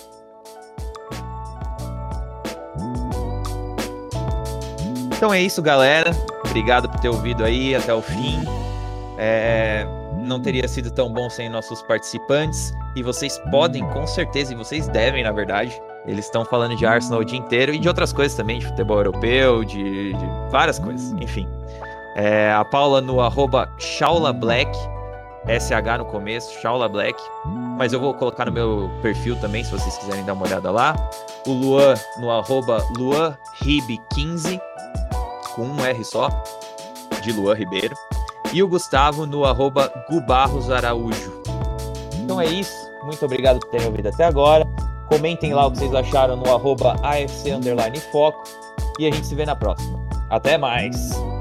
Então é isso, galera. Obrigado por ter ouvido aí até o fim. É... Não teria sido tão bom sem nossos participantes. E vocês podem, com certeza, e vocês devem, na verdade. Eles estão falando de Arsenal o dia inteiro e de outras coisas também, de futebol europeu, de, de várias coisas, enfim. É, a Paula no arroba Shaula Black, S H no começo, Shaula Black. Mas eu vou colocar no meu perfil também, se vocês quiserem dar uma olhada lá. O Luan no arroba Luan Rib quinze, com um R só, de Luan Ribeiro. E o Gustavo no arroba Gubarros Araújo. Então é isso. Muito obrigado por terem ouvido até agora. Comentem lá o que vocês acharam no arroba A F C underline foco. E a gente se vê na próxima. Até mais!